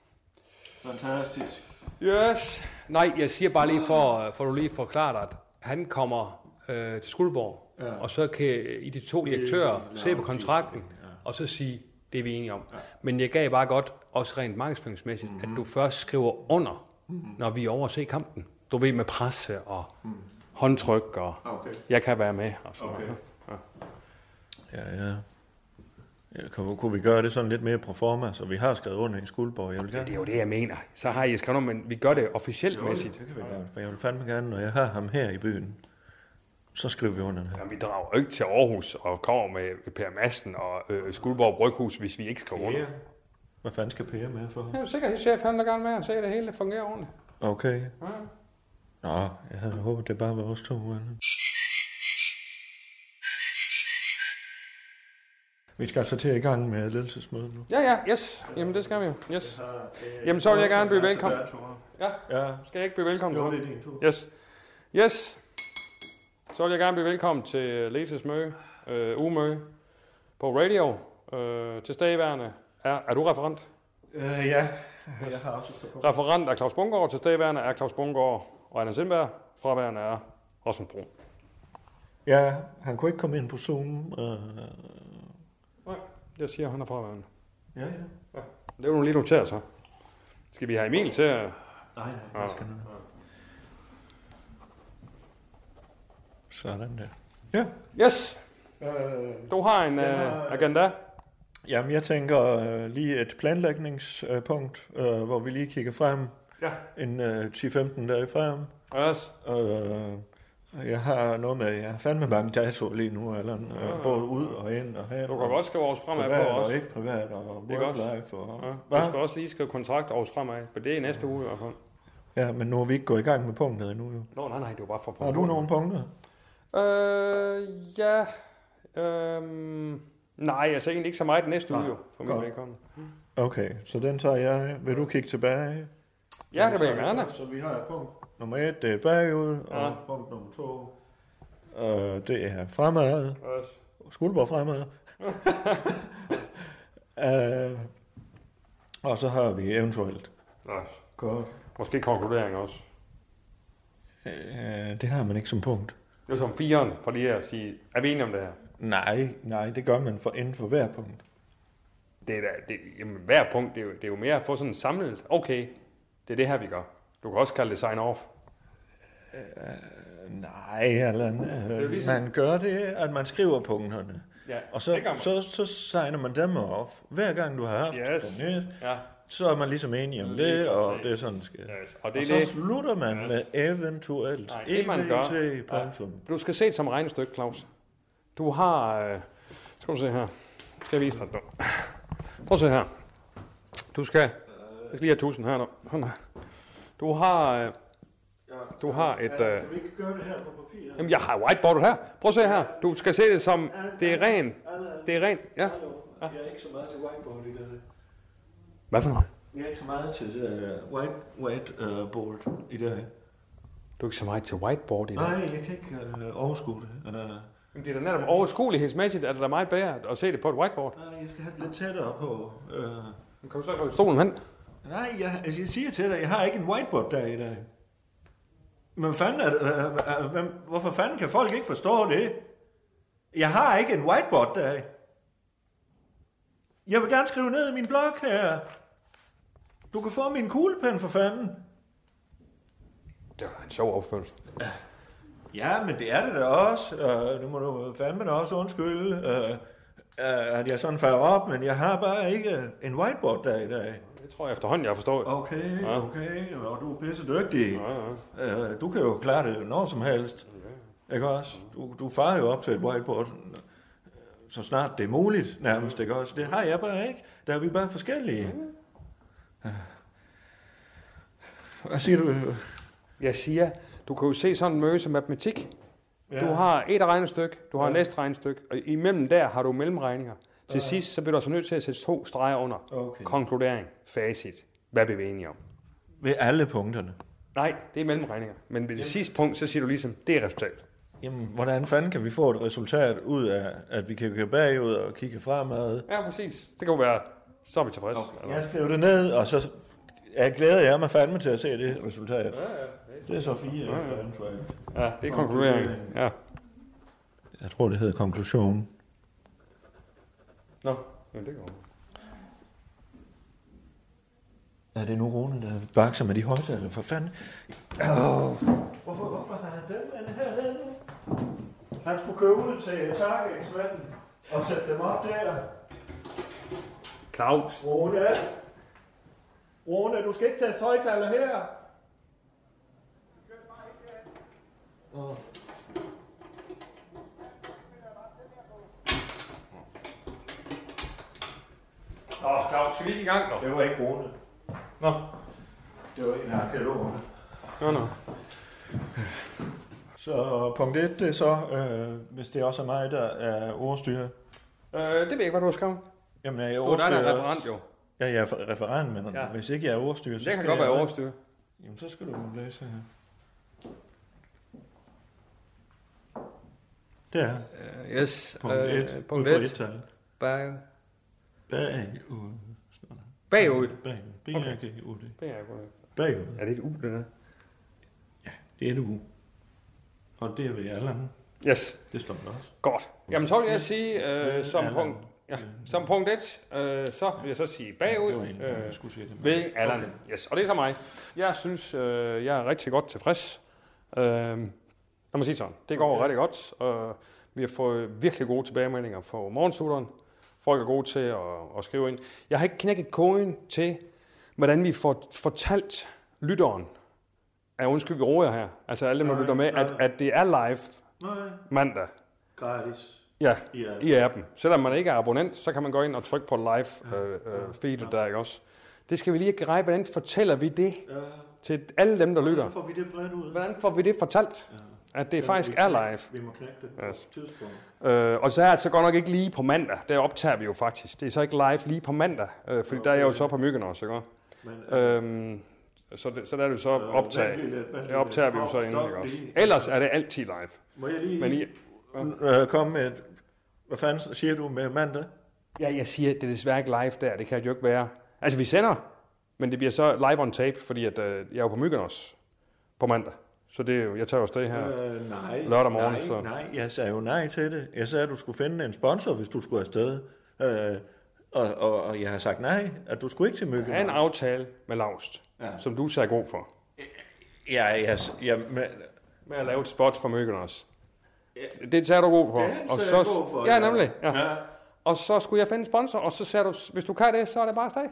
Fantastisk. Yes. Nej, jeg siger bare lige for, for du lige forklare dig, at han kommer øh, til Skuldborg, ja. Og så kan I de to direktører se på kontrakten, ja. Og så sige, det er vi enige om. Ja. Men jeg gav bare godt, også rent markedsføringsmæssigt, mm-hmm. at du først skriver under, mm-hmm. når vi er over at se kampen. Du ved, med presse og mm. håndtryk, og okay. Jeg kan være med. Og sådan okay. Ja. Ja, ja. Ja, kunne, kunne vi gøre det sådan lidt mere pro forma, så vi har skrevet under i Skuldborg? Jeg vil gerne... Det er jo det, jeg mener. Så har I skrevet noget, men vi gør det officielt jo, mæssigt. Det kan vi gøre, for jeg vil fandme gerne, når jeg har ham her i byen, så skriver vi under det her. Jamen, vi drager jo ikke til Aarhus og kommer med Per Madsen og øh, Skuldborg Bryghus, hvis vi ikke skriver under. Ja. Hvad fanden skal Per med for? Jeg er sikkerhedschef, han vil gerne med, og se, at det hele fungerer ordentligt. Okay. Ja. Nå, jeg havde håbet, det bare var os to. Eller? Vi skal altså til i gang med ledelsesmødet nu. Ja, ja, yes. Jamen, det skal vi jo. Yes. Jamen, så vil jeg gerne byde velkommen. Ja, ja. Skal jeg ikke byde velkommen? Jo, det er din tur. Yes. Yes. Så vil jeg gerne byde velkommen til ledelsesmøde, øh, ugemøde på radio. Øh, til stedværende. Er, er du referent? Øh, ja, jeg har også et referent er Claus Bungård, til stedværende er Claus Bungård og Anna Sindberg. Fraværende er Rasmus Brun. Ja, han kunne ikke komme ind på Zoom. Øh... Nej, jeg siger, han er fraværende. Ja, ja. Ja. Det vil du lige notere så. Skal vi have Emil til at... Nej, nej, jeg skal nu. Sådan der. Ja. Yes. Øh, du har en ja, øh, agenda. Jamen, jeg tænker øh, lige et planlægningspunkt, øh, hvor vi lige kigger frem. Ja. En øh, ti til femten dage frem. Yes. Øh, jeg har noget med, jeg har fandme mange datoer lige nu, eller øh, ja. Både ud og ind og her. Du kan godt skrive års fremad på os. Og ikke privat og work-life. Og... Ja. Du skal også lige skrive kontrakt års fremad, for det er næste uge i hvert fald. Ja, men nu er vi ikke gået i gang med punktet endnu jo. Nå, nej, nej, det var bare for... for har du nogle punkter? Øh, ja. Øh, nej, altså egentlig ikke så meget næste uge jo, for min vedkommende. Okay, så den tager jeg. Vil du kigge tilbage? Ja, det vil jeg gerne. Så vi har et punkt nummer et, det er bagud, og ja. Punkt nummer to, øh, det er fremad. Yes. Skuldborg fremad. øh, og så har vi eventuelt. Yes. Godt. Måske konkludering også. Øh, det har man ikke som punkt. Det er som firen, for lige at sige, er vi enige om det her? Nej, nej, det gør man for inden for hver punkt. Det er da, det, jamen, hver punkt, det er, jo, det er jo mere at få sådan en samlet, okay, det er det her, vi gør. Du kan også kalde det sign off. Øh, nej, eller, øh, ligesom... man gør det, at man skriver punkterne. Ja, og så, så, så signer man dem off. Hver gang du har haft yes. på net, ja. så er man ligesom enig om det, og det er sådan, det skal. Yes. Og, det og er så det. slutter man yes. med eventuelt. Nej, det man gør. Ja. Du skal se det som regnestykke, Claus. Du har... Øh, skal du se her. Skal jeg vise dig? Prøv at se her. Du skal... Jeg skal lige have tusind her nu. Du har... Øh, du har et... Øh, kan vi ikke gøre det her på papir? Jamen, jeg har whiteboardet her. Prøv at se her. Du skal se det som... Det er rent. Det er rent. Ja. Jeg er ikke så meget til whiteboard i det. Hvad for noget? Jeg er ikke så meget til uh, white, whiteboard uh, i det. Du er ikke så meget til whiteboard i det? Nej, jeg kan ikke uh, overskue det. Uh, Men det er da netop overskuelighedsmæssigt, at det er meget bedre at se det på et whiteboard. Nej, jeg skal have det lidt tættere på. Uh, kan du så gå i stolen hen? Nej, jeg, altså, jeg siger til dig, jeg har ikke en whiteboard der i dag. Men fanden er, øh, øh, øh, hvorfor fanden kan folk ikke forstå det? Jeg har ikke en whiteboard der. Jeg vil gerne skrive ned i min blog her. Du kan få min kuglepen for fanden. Det var en sjov opførsel. Ja, men det er det da også. Uh, det må du fandme da også undskylde, uh, uh, at jeg sådan falder op, men jeg har bare ikke en whiteboard der i dag. Det tror jeg efterhånden, jeg har forstået. Okay, ja. okay, og du er pisse dygtig. Ja, ja. Uh, du kan jo klare det når som helst. Ja. Ikke også? Du, du farer jo op til et whiteboard, så snart det er muligt nærmest, ikke også? Det har jeg bare ikke. Der er vi bare forskellige. Hvad siger du? Jeg siger, du kan jo se sådan en møse matematik. Ja. Du har et regnestykke, du har ja. næste regnestykke, og imellem der har du mellemregninger. Til ja. sidst, så bliver du altså nødt til at sætte to streger under. Okay. Konkludering, facit. Hvad bliver vi enige om? Ved alle punkterne? Nej, det er mellemregninger. Men ved det sidste punkt, så siger du ligesom, det er resultat. Jamen, hvordan fanden kan vi få et resultat ud af, at vi kan kigge bagud og kigge fremad? Ja, præcis. Det kan jo være, så er vi tilfredse. Okay. Jeg skriver det ned, og så jeg glæder jeg mig fandme til at se det resultat. Ja, ja. Det er så fire. Ja, ja. ja det er konkluderingen. Ja. Jeg tror, det hedder konklusion. Nå, jamen det går. Er det nu Rune, der bakser med de højtaler? For fanden. Oh. Hvorfor, hvorfor har han dem med hernede nu? Han skulle køre ud til Targex-manden og sætte dem op der. Claus. Rune. Rune, du skal ikke tage højtaler her. Oh. Nå, Claus, skal vi ikke i gang nu? Det var ikke Rune. Nå. Det var en af arkeologerne. Nå, nå. Så punkt et, det er så, øh, hvis det også er mig, der er ordstyrer. Øh, det ved jeg ikke, hvad du har skrevet. Jamen, jeg er ordstyrer. Du er der, der er referent, jo. Ja, jeg er referent, men ja. Hvis ikke jeg er ordstyrer, så det kan godt være ordstyrer. Jamen, så skal du læse her. Det er. Uh, yes. Punkt et. Uh, punkt et. Bag. Bagud. Bagud? Bagud. Bagud. Bagud. Er det et U, det der? Ja, det er et U. Og det er ved Allan. Yes. Det står der også. Godt. Jamen, så vil jeg sige, øh, som, punkt, ja, som punkt et, øh, så vil jeg så sige bagud øh, ved Allan. Okay. Yes. Og det er så mig. Jeg synes, øh, jeg er rigtig godt tilfreds. Øh, lad mig sige sådan. Det går okay. rigtig godt. Og vi har fået virkelig gode tilbagemeldinger fra morgensutteren. Folk er gode til at, at skrive ind. Jeg har ikke knækket koden til, hvordan vi får fortalt lytteren, ja, undskyld, vi roer her, altså alle dem, der lytter med, at, at det er live nej. mandag. Gratis. Ja, i appen. i appen. Selvom man ikke er abonnent, så kan man gå ind og trykke på live øh, øh, feedet ja. der, ikke også? Det skal vi lige greje, hvordan fortæller vi det ja. til alle dem, der lytter? Hvordan får vi det bredt ud? Hvordan får vi det fortalt? Ja. At det ja, faktisk er live. Vi må knække det på yes. tidspunkt. Øh, og så er det så godt nok ikke lige på mandag. Der optager vi jo faktisk. Det er så ikke live lige på mandag, øh, fordi okay. der er jeg jo så på Myggen også, ikke? Men, øhm, så, det, så der er det så optaget. Det optager vi jo så inden, ikke også? Ellers er det altid live. Må jeg lige Men I, øh, komme med et, hvad fanden siger du med mandag? Ja, jeg siger, det er desværre ikke live der. Det kan det jo ikke være. Altså, vi sender, men det bliver så live on tape, fordi at, øh, jeg er jo på Myggen også på mandag. Så det er jo, jeg tager jo afsted her øh, nej, lørdag morgen. Nej, så. nej, jeg sagde jo nej til det. Jeg sagde, at du skulle finde en sponsor, hvis du skulle afsted. Øh, og, og, og jeg har sagt nej, at du skulle ikke til Myggen. Jeg har en aftale med Laust, ja. som du er god for. Ja, jeg... jeg med, med at lave et spot for Myggen også. Ja. Det tager du god for. Det og så, så, god for. Ja, nemlig. Ja. Ja. Og så skulle jeg finde en sponsor, og så sagde du, hvis du kan det, så er det bare afsted.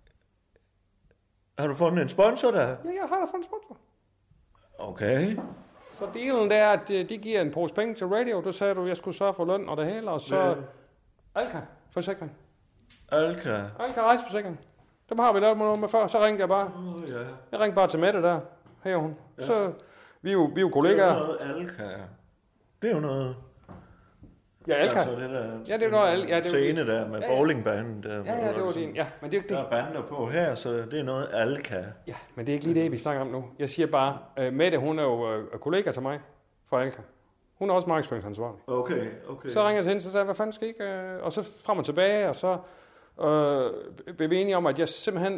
Har du fundet en sponsor der? Ja, jeg har da fundet en sponsor. Okay. Så dealen der, at de giver en pose penge til radio. Du sagde du, at jeg skulle sørge for løn og det hele. Og så Men... Alka forsikring. Alka? Alka rejseforsikring. Dem har vi lavet noget med før. Så ringte jeg bare. Oh, ja. Jeg ringte bare til Mette der. Her hun. Ja. Så vi er jo, vi er jo kollegaer. Det er jo noget Alka. Det er jo noget... Ja, Alka. Altså det der... Ja, det er noget Alka. Ja, det scene der med ja, ja. bowlingbanen. Der, ja, ja, det var din. Ja, men det er jo det. Der er bander på her, så det er noget Alka. Ja, men det er ikke lige det, vi snakker om nu. Jeg siger bare, uh, Mette, hun er jo uh, kollega til mig fra Alka. Hun er også markedsføringsansvarlig. Okay, okay. Så ringer jeg til hende, så sagde jeg, hvad fanden skal I ikke? Uh, og så frem og tilbage, og så uh, blev vi enige om, at jeg simpelthen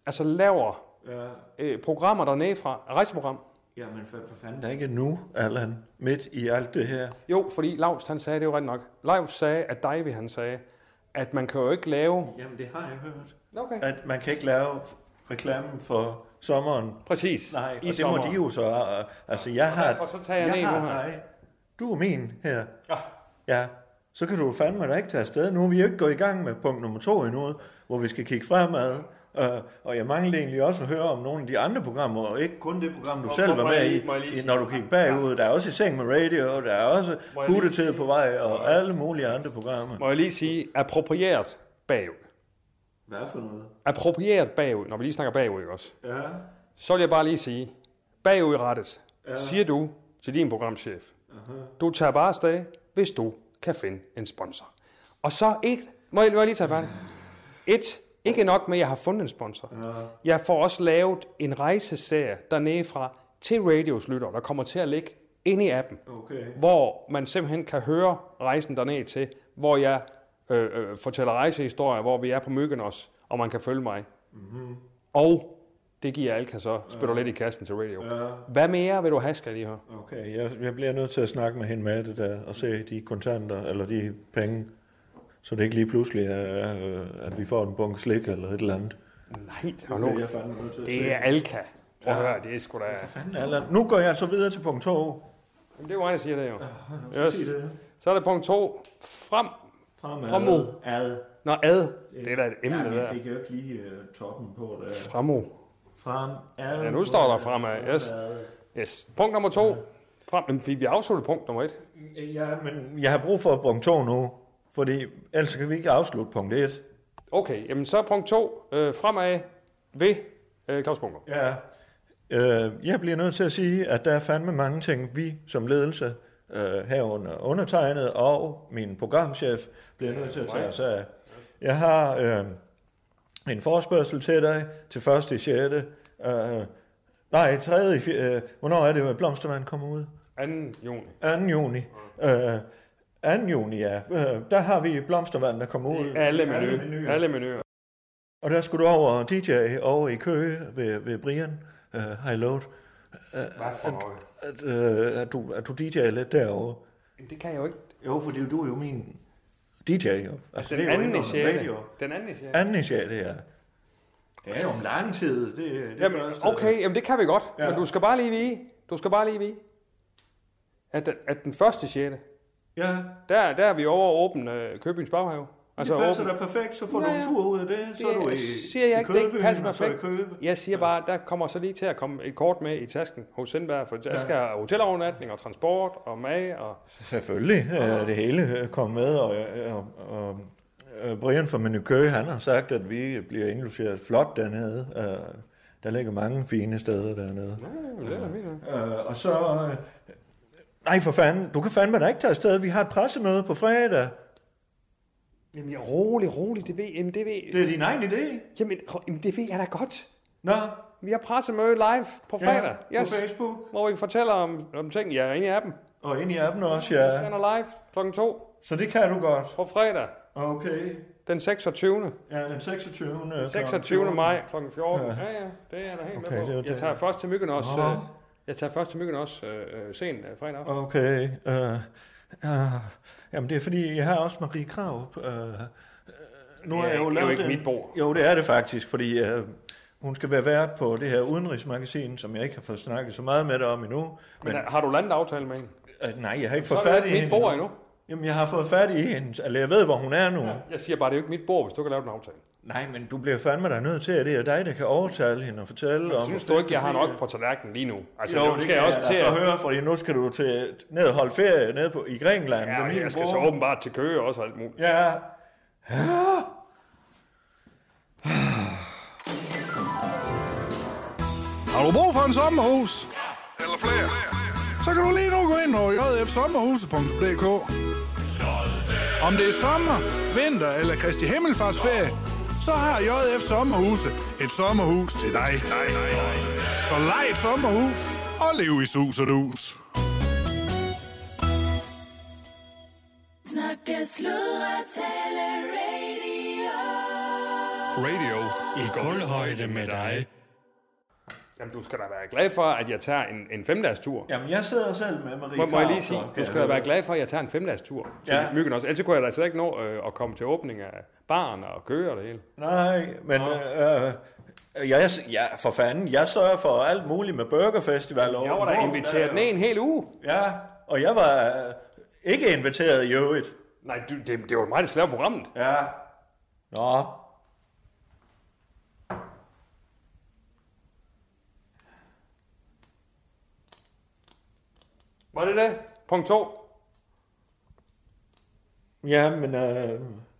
altså laver Ja. øh, programmer dernede fra, rejseprogram. Jamen, for, for fanden, der er ikke nu, Allan, midt i alt det her. Jo, fordi Laust, han sagde det jo ret nok. Laust sagde, at Davy, han sagde, at man kan jo ikke lave... Jamen, det har jeg hørt. Okay. At man kan ikke lave reklamen for sommeren. Præcis. Nej, I og det sommer. må de jo så... Uh, altså, jeg har... derfor så tager jeg ned har nu her. dig. Du er min her. Ja. Ja, så kan du fandme da ikke tage afsted. Nu er vi jo ikke gået i gang med punkt nummer to endnu, hvor vi skal kigge fremad. Uh, og jeg mangler egentlig også at høre om nogle af de andre programmer, og ikke kun det program, du Må- selv må- var må med jeg i, lige- må jeg lige i, sige- når du kigger bagud. Der er også I Seng med Radio, der er også Må jeg lige Putetid sige- på vej, og alle mulige andre programmer. Må jeg lige sige, approprieret bagud. Hvad for noget? Approprieret bagud, når vi lige snakker bagud, ikke også? Ja. Så vil jeg bare lige sige, bagudrettet, Ja. siger du til din programchef, Aha. du tager bare afsted, hvis du kan finde en sponsor. Og så et, må jeg, må jeg lige tage færdig? Et, ikke nok med, at jeg har fundet en sponsor. Ja. Jeg får også lavet en rejseserie dernede fra til Radios lytter, der kommer til at ligge inde i appen. Okay. Hvor man simpelthen kan høre rejsen dernede til, hvor jeg øh, øh, fortæller rejsehistorier, hvor vi er på Mykkenos, og man kan følge mig. Mm-hmm. Og det giver Alka så, spiller ja. lidt i kassen til radio. Ja. Hvad mere vil du have, skal jeg lige høre? Okay, jeg, jeg bliver nødt til at snakke med hende med det der, og se de kontanter, eller de penge, så det ikke lige pludselig er, øh, at vi får en bunke slik eller et eller andet. Nej, og nu, jeg fandme nødt til at det se. er Alka. Prøv at Ja. høre, det er sgu da... For fanden, Allan. Nu går jeg så videre til punkt to. Jamen, det er jo mig, der siger det jo. Ja, sig det. Så er det punkt to. Frem. Fremad. Fremo. Ad. Nå, ad. Det er da et emne, ja, det der. der. Jeg fik jo ikke lige uh, toppen på det. Fremo. Frem. Ad. Ja, nu står der fremad. Yes. Yes. Punkt nummer to. Frem. Men fik vi afsluttet punkt nummer et? Ja, men jeg har brug for punkt to nu, fordi ellers kan vi ikke afslutte punkt et. Okay, jamen så er punkt to. Øh, fremad ved øh, Claus Bunker. Ja. Øh, jeg bliver nødt til at sige, at der er fandme mange ting, vi som ledelse, øh, herunder undertegnet og min programchef, bliver nødt til at tage os af. Jeg har øh, en forespørgsel til dig til første i sjette. Øh, nej, tredje i fjerde. Øh, hvornår er det, at Blomstermand kommer ud? anden juni. anden juni. Øh, anden juni, ja. Øh, der har vi Blomstermand, der kommer ud. Alle menuer. Alle menuer. Og der skulle du over D J over i Køge ved, ved Brian. Uh, har jeg lovet. Uh, Hvad for noget? At, uh, at, du, at du D J'er lidt derovre. Jamen, det kan jeg jo ikke. Jo, fordi du er jo min D J, jo. Altså, Den det er jo anden i ikke sjette. radio. Den anden i sjette. Anden i sjette, ja. Det er jo om lang tid. Det, det Jamen, første. okay, jamen det kan vi godt. Ja. Men du skal bare lige vide, du skal bare lige vide, at, at den første sjette, Ja. der, der er vi over åben øh, Købings Baghave. Altså, det passer da perfekt, så får du en tur ud af det. Så er du i, siger jeg i ikke, det ikke Kødbyen, passer og så i perfekt. Køge. Jeg siger bare, der kommer så lige til at komme et kort med i tasken hos Sindberg, for der Ja. skal have hotelovernatning og transport og mad. Og... Selvfølgelig er det hele kommet med, og, og, og, og Brian fra Menu Køge, han har sagt, at vi bliver indlogeret flot dernede. Uh, der ligger mange fine steder dernede. Ja, det er fint. Uh, og så... Uh, nej, for fanden. Du kan fandme da ikke tage afsted. Vi har et pressemøde på fredag. Jamen, jeg rolig, rolig, det ved, jamen, det ved... Det er din egen idé. Jamen, jamen, det ved jeg da godt. Nå. Vi har pressemøde live på fredag. Ja, på Facebook. Hvor vi fortæller om, om ting, jeg er inde i appen. Og ind i appen også, Vi ja. sender live klokken to. Så det kan du godt. På fredag. Okay. Den seksogtyvende. Ja, den seksogtyvende seksogtyvende maj klokken fjorten. Ja. Ja, ja, det er jeg da helt Okay, med på. det var Jeg det. tager først til Myggen også. Nå. Øh, jeg tager først til Myggen også øh, øh, sen øh, fredag aften. Okay. Uh, uh, jamen, det er fordi, jeg har også Marie Krav. Uh, nu Det er har jeg jo ikke- det er jo lavet ikke den- mit bord. Jo, det er det faktisk, fordi uh, hun skal være vært på det her udenrigsmagasin, som jeg ikke har fået snakket så meget med dig om endnu. Men, Men har du landet aftale med hende? Uh, nej, jeg har ikke Så fået er det fat i ikke mit hende bord endnu. Jamen, jeg har fået fat i hende, eller jeg ved, hvor hun er nu. Ja. Jeg siger bare, det er jo ikke mit bord, hvis du kan lave den aftale. Nej, men du bliver fandme der nødt til, at det er dig, der kan overtale hende og fortælle Men om... synes du ikke, jeg har nok på tallerkenen lige nu? Altså, Jo, nu det skal kan jeg jeg også da til så at... høre, fordi nu skal du til ned og holde ferie nede på, i Grækenland. Ja, med min jeg skal bror. så åbenbart til Køge også og alt muligt. Ja. Har du brug for en sommerhus? Eller flere? Så kan du lige nu gå ind på j f sommerhuse punktum d k. Om det er sommer, vinter eller Kristi Himmelfartsferie, så har J F Sommerhuse et sommerhus til dig. Så lej et sommerhus og lev i sus og dus. Snakke, sludre, tale, radio. Radio i guldhøjde med dig. Jamen, du skal da være glad for, at jeg tager en, en femdages tur. Jamen, jeg sidder selv med Marie Må, må jeg lige Krav, sige, så du skal da være glad for, at jeg tager en femdages tur. Ja. Myggen også. Ellers kunne jeg da slet ikke nå øh, at komme til åbning af baren og køre og det hele. Nej, men øh, øh, jeg, ja, for fanden, jeg sørger for alt muligt med Burgerfestival. Jeg var da inviteret ned en hel uge. Ja, og jeg var øh, ikke inviteret i øvrigt. Nej, du, det, det var mig, der skulle lave programmet. Ja. Nå. Var det det? Punkt to. Ja, men... Øh,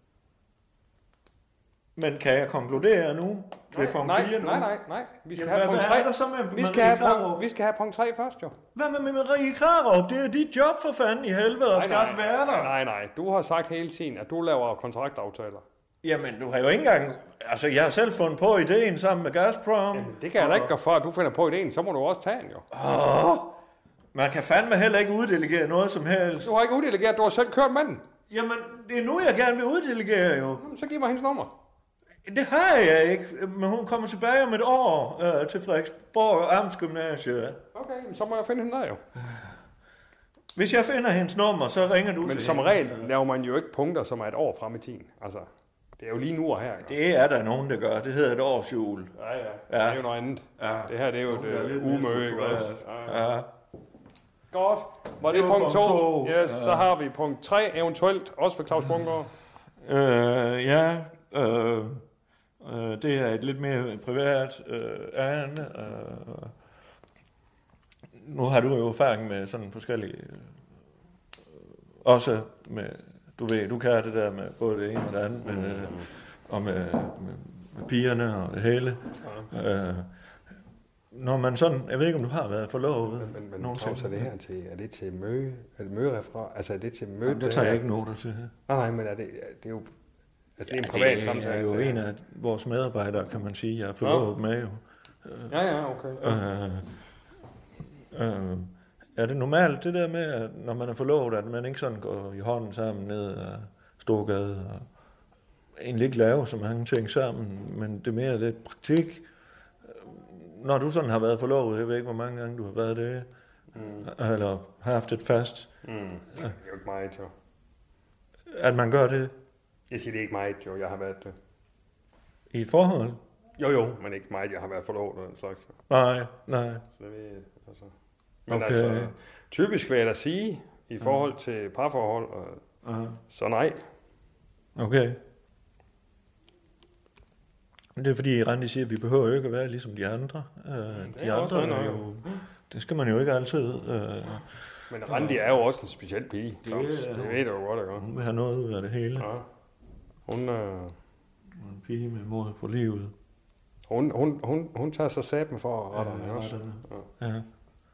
men kan jeg konkludere nu? Nej, punkt nej, fire nu? nej, nej, nej. Vi skal Jamen, have hvad, punkt hvad tre. er der så med vi Marie skal have Krarup? punkt, vi skal have punkt tre først, jo. Hvad med Marie Krarup? Det er dit job for fanden i helvede at skaffe værter. Nej, nej. Du har sagt hele tiden, at du laver kontraktaftaler. Jamen, du har jo ikke engang... Altså, jeg har selv fundet på ideen sammen med Gazprom. Jamen, det kan jeg da ikke gøre for, at du finder på ideen. Så må du også tage den, jo. Åh, man kan fandme heller ikke uddelegere noget som helst. Du har ikke uddelegeret, du har selv kørt med den. Jamen, det er nu, jeg gerne vil uddelegere, jo. Så giv mig hendes nummer. Det har jeg ikke, men hun kommer tilbage om et år øh, til Frederiksborg Amtsgymnasie. Okay, så må jeg finde hende der, jo. Hvis jeg finder hendes nummer, så ringer du Men til som hende. regel laver man jo ikke punkter, som er et år frem i tiden. Altså, det er jo lige nu og her. Ikke? Det er der nogen, der gør. Det hedder et års jul. Ja, ja. Ja. Det er jo noget andet. Ja. Det her, det er jo Nogen, der er et lidt mere umø, ikke struktureret. også? Ja. Ja. Godt. Var det, Det var punkt punkt to? to. Yes, Ja. så har vi punkt tre, eventuelt, også for Claus Bungård. Øh, ja, øh, øh, det er et lidt mere privat øh, ærende. Øh, nu har du jo erfaring med sådan forskellige... Øh, også med... Du ved, du kan det der med både det ene og det andet, med, øh, og med, med, med pigerne og det hele. Ja. Øh, når man sådan... Jeg ved ikke, om du har været forlovet. Men, men, men Claus, er det her til... Er det til møde? Er det møderefra? Altså, er det til møde? Jamen, det tager jeg ikke noter til her. Nej, nej, men er det, det er jo... Altså, det er en Ja, privat det samtale. er jo en af vores medarbejdere, kan man sige. Jeg er forlovet med jo. Ja, ja, okay. Øh, øh, er det normalt det der med, at når man er forlovet, at man ikke sådan går i hånden sammen ned ad Storgade og egentlig ikke lave så mange ting sammen, men det er mere lidt praktik. Når du sådan har været forlovet, jeg ved ikke, hvor mange gange du har været det, mm. eller haft et fast. Mm. Det er jo ikke meget, jo. At man gør det Jeg siger, det er ikke meget, jo. Jeg har været det. i et forhold? Jo, jo, men ikke meget. Jeg har været forlovet og den slags. Nej, nej. Så det, altså. Men Okay. altså, typisk vil jeg da sige, i forhold Mm. til parforhold, og, Uh-huh. så nej. Okay. Men det er fordi, Randi siger, at vi behøver jo ikke at være ligesom de andre. Uh, de er også andre noget, er jo... Det skal man jo ikke altid. Uh, Men Randi er jo også en speciel pige, Claus. Det er Det, hun. det ved du jo godt, ikke? Hun vil have noget ud af det hele. Ja. Hun, øh, En pige med mod på livet. hun, hun, hun, hun tager sig saben for Ja, retterne også. retterne. Ja. Ja.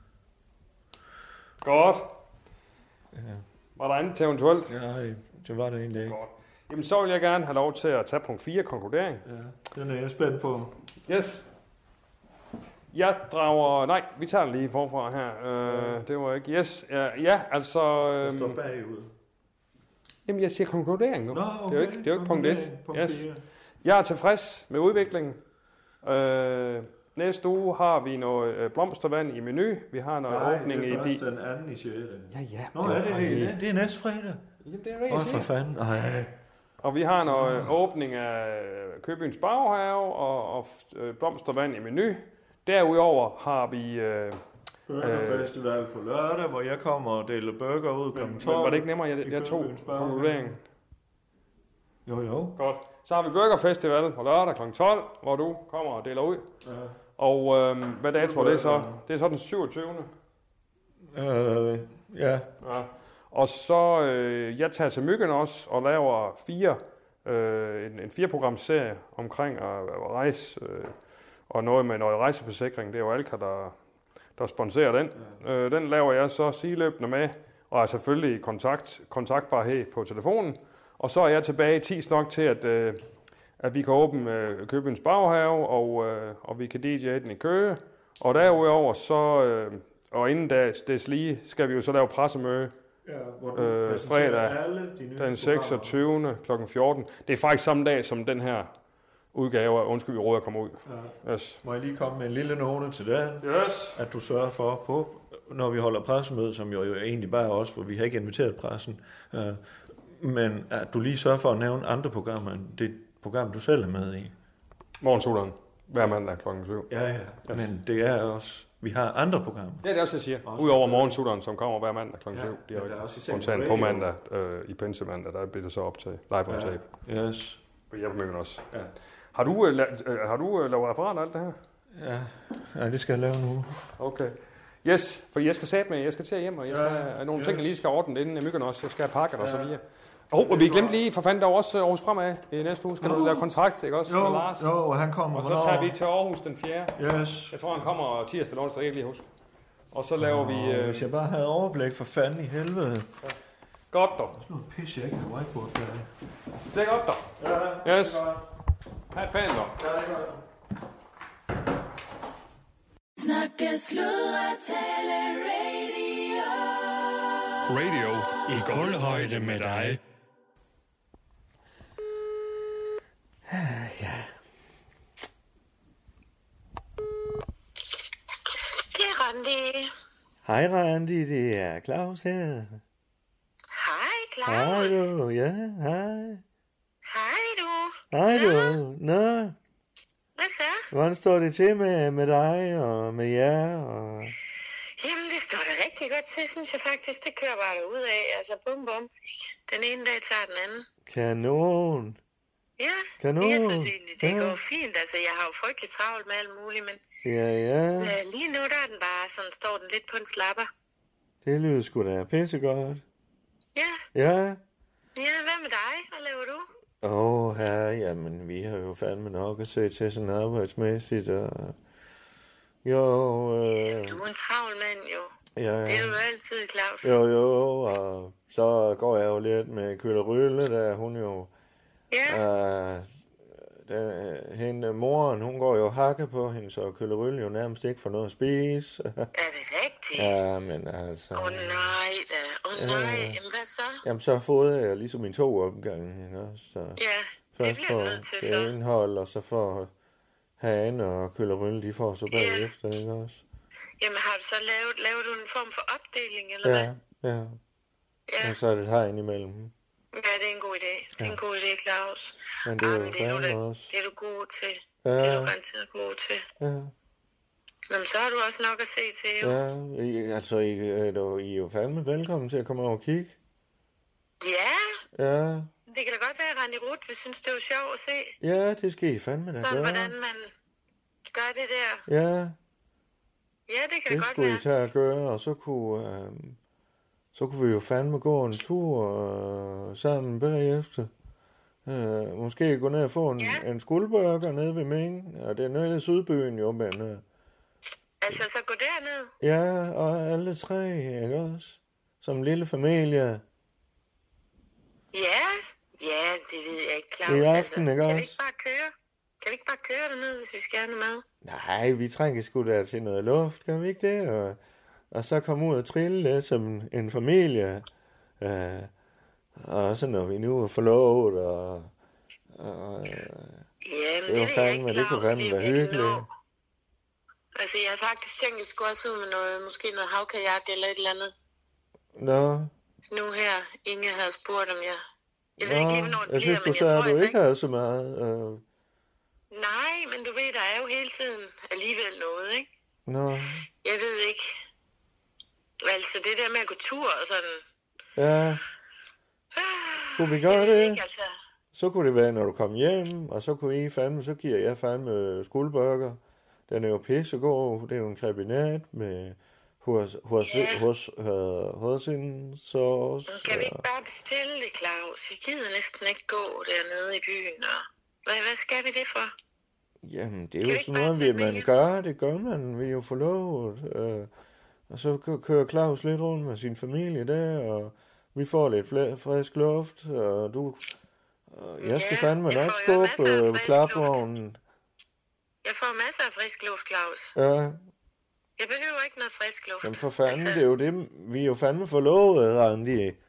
Godt. Ja. Var der andet til eventuelt? Ja, det var det egentlig ikke. Godt. Jamen, så vil jeg gerne have lov til at tage punkt fire, konkludering. Ja, den er jeg spændt på. Yes. Jeg drager... Nej, vi tager den lige forfra her. Øh, det var ikke... Yes. Ja, ja altså... Jeg Øhm, står bagud. jamen, jeg siger konkludering nu. Nå, okay. Det er jo ikke, det er jo ikke punkt et. Konkludering, punkt Yes. fire. Jeg er tilfreds med udviklingen. Øh, næste uge har vi noget øh, blomstervand i menu. Vi har noget Nej, åbning det er i... først den anden i sjette. Ja, ja. Nå, er det, det, det er næste fredag. Jamen, det er det, Åh, jeg for siger. fanden. Ej. Og vi har noget øh, åbning af Købyens Baghave og, og øh, blomstervand i menu. Derudover har vi... Øh, Burgerfestival på lørdag, hvor jeg kommer og deler burger ud klokken tolv. Men var det ikke nemmere, jeg, i jeg tog Københavns Baghave. konkluderingen? Jo, jo. Godt. Så har vi Burger Festival på lørdag klokken tolv, hvor du kommer og deler ud. Ja. Og øhm, hvad dato er det så? Det er så den syvogtyvende Øh, ja. Ja. Og så øh, jeg tager til Myggen også og laver fire, øh, en, en fire-program-serie omkring at, at rejse, øh, og noget med noget rejseforsikring. Det er jo Alka, der, der sponsorer den. Ja. Øh, den laver jeg så sideløbende med, og er selvfølgelig i kontakt, kontaktbarhed på telefonen. Og så er jeg tilbage tids nok til, at, øh, at vi kan åbne øh, Købyens Baghave, og, øh, og vi kan D J'e den i Køge. Og derudover så, øh, og inden da, det lige, skal vi jo så lave pressemøde. Ja, hvor du Øh, præsenterer fredag alle de nye den seksogtyvende klokken fjorten. Det er faktisk samme dag som den her udgaver. Undskyld, vi råder at komme ud. Ja. Yes. Må jeg lige komme med en lille note til den? Yes. At du sørger for på, når vi holder pressemøde, som jo, jo egentlig bare er os, for vi har ikke inviteret pressen, uh, men at du lige sørger for at nævne andre programmer, end det program, du selv er med i. Morgensutteren. Hver mandag klokken syv. Ja, ja. Yes. Men det er også... Vi har andre programmer. Ja, det er også, jeg siger. Udover morgensutteren, som kommer hver mandag klokken syv. Ja, De er også undtagen på mandag øh, i Pinsemandag, der bliver det så op til live on tape. Ja, yes. På Hjælpemøkken også. Ja. Har du, øh, la- øh, har du øh, lavet referat af alt det her? Ja. Ja, det skal jeg lave nu. Okay. Yes, for jeg skal sætte med, jeg skal til hjem, og jeg skal ja, have nogle yes. ting, jeg lige skal ordne inden Myggen også. Jeg skal have pakket ja. og så videre. Og oh, vi glemte lige, for fanden, der også Aarhus Fremad i næste uge. Skal jo. du lave kontrakt, ikke også? Jo, med Lars? jo, han kommer. Og så tager hvornår? vi til Aarhus den fjerde. Yes. Jeg tror, han kommer tirsdag eller onsdag, jeg kan lige huske. Og så laver oh, vi... Øh... Hvis jeg bare havde overblik, for fanden i helvede. Ja. Godt dog. Der er sådan noget pis, jeg ikke har whiteboard der. Det er godt dog. Ja, yes. Det er godt. Ha' et pænt dog. Ja, det er godt. Snakke, sludre, tale, radio. Radio i guldhøjde med dig. Ja. Det er Randi. Hej Randi, det er Claus her. Hej Claus. Hej du, ja, hej. Hej du. Hej du, nå. Hvad så? Hvordan står det til med, med dig og med jer? Og... Jamen, det står da rigtig godt til, synes jeg faktisk. Det kører bare ud af. Altså, bum bum. Den ene dag tager den anden. Kanon. Ja, Kanon. jeg synes egentlig, det ja. går fint. Altså, jeg har jo frygtelig travlt med alt muligt, men ja, ja. Øh, lige nu der er den bare sådan, står den lidt på en slapper. Det lyder sgu da pissegodt. Ja. Ja. Ja, hvad med dig? Hvad laver du? Åh, oh, her, jamen, vi har jo fandme nok at se til sådan arbejdsmæssigt, og... Jo, øh... Du er en travl mand, jo. Ja, det er jo altid, Claus. Jo, jo, og så går jeg jo lidt med Køllerylle, der hun jo... Ja. Øh, den, hende, moren, hun går jo hakke på hende, så Køllerylle jo nærmest ikke får noget at spise. Er det rigtigt? Ja, men altså... Åh oh, nej da, åh oh, nej, øh, jamen hvad så? Jamen så fodrer jeg ligesom i to omgange, ikke også? Så ja, først det bliver nødt til det så. indhold, og så får Hane og Køllerylle, de får så bagefter, ja. Ikke også? Jamen har du så lavet, lavet du en form for opdeling, eller ja, hvad? Ja, ja. Og så er det et hegn imellem. Ja, det er en god idé. Det er ja. en god idé, Claus. Men det er ah, jo det er, du, også. det er du god til. Ja. Det er du garanteret god til. Ja. Jamen, så har du også nok at se til, jo. Ja, I, altså, I, er I er jo fandme velkommen til at komme over og kigge. Ja. Ja. Det kan da godt være, at Randi Ruth vil synes, det var sjovt at se. Ja, det skal I fandme da sådan, gøre. hvordan man gør det der. Ja. Ja, det kan det det godt skulle være. I tage at gøre, og så kunne, øh, så kunne vi jo fandme gå en tur øh, sammen bagefter. Øh, måske gå ned og få en, ja. en skuldburger nede ved Ming, og det er nede i Sydbyen jo, men... Øh, altså, så gå derned? Ja, og alle tre, ikke også? Som en lille familie. Ja, ja, det ved jeg ikke, Claus. I aften, altså, ikke også? Kan vi ikke bare køre? Kan vi ikke bare køre derned, hvis vi skal have noget mad? Nej, vi trænger sgu da til noget luft, kan vi ikke det? Og, og så komme ud og trille lidt som en familie. Øh, og så når vi nu er forlovet, og... og Jamen, det, det var fandme, det kunne fandme være hyggeligt. Altså, jeg har faktisk tænkt, at jeg skulle også ud med noget, måske noget havkajak eller et eller andet. Nå. Nu her, Inge havde spurgt, om jeg... Jeg ved Nå, ikke lige, hvornår det jeg bliver, synes, du men sagde, jeg at tror, du jeg ikke havde så meget. Øh... Nej, men du ved, der er jo hele tiden alligevel noget, ikke? Nå. Jeg ved ikke. Altså, det der med at gå tur og sådan... Ja. Kunne vi gøre det? Ikke, altså. Så kunne det være, når du kom hjem, og så kunne I fandme, så giver jeg fandme skuldburger. Den er jo pissegod. Det er jo en kabinet med hos, hos, ja. hos, hos, hos en sauce. Kan vi ikke bare bestille det, Claus? Jeg gider næsten ikke gå dernede i byen. Og... Hvad, hvad skal vi det for? Jamen, det er jo sådan noget, vi, man gør. Det gør man. Vi er jo forlovet. Øh, og så kører Claus lidt rundt med sin familie der, og vi får lidt frisk luft, og du... Og jeg skal ja, fandme nok skubbe klapvognen. Jeg får masser af frisk luft, Claus. Ja. Jeg behøver ikke noget frisk luft. Jamen for fanden, altså... det er jo det, vi er jo fandme forlovet, Randi.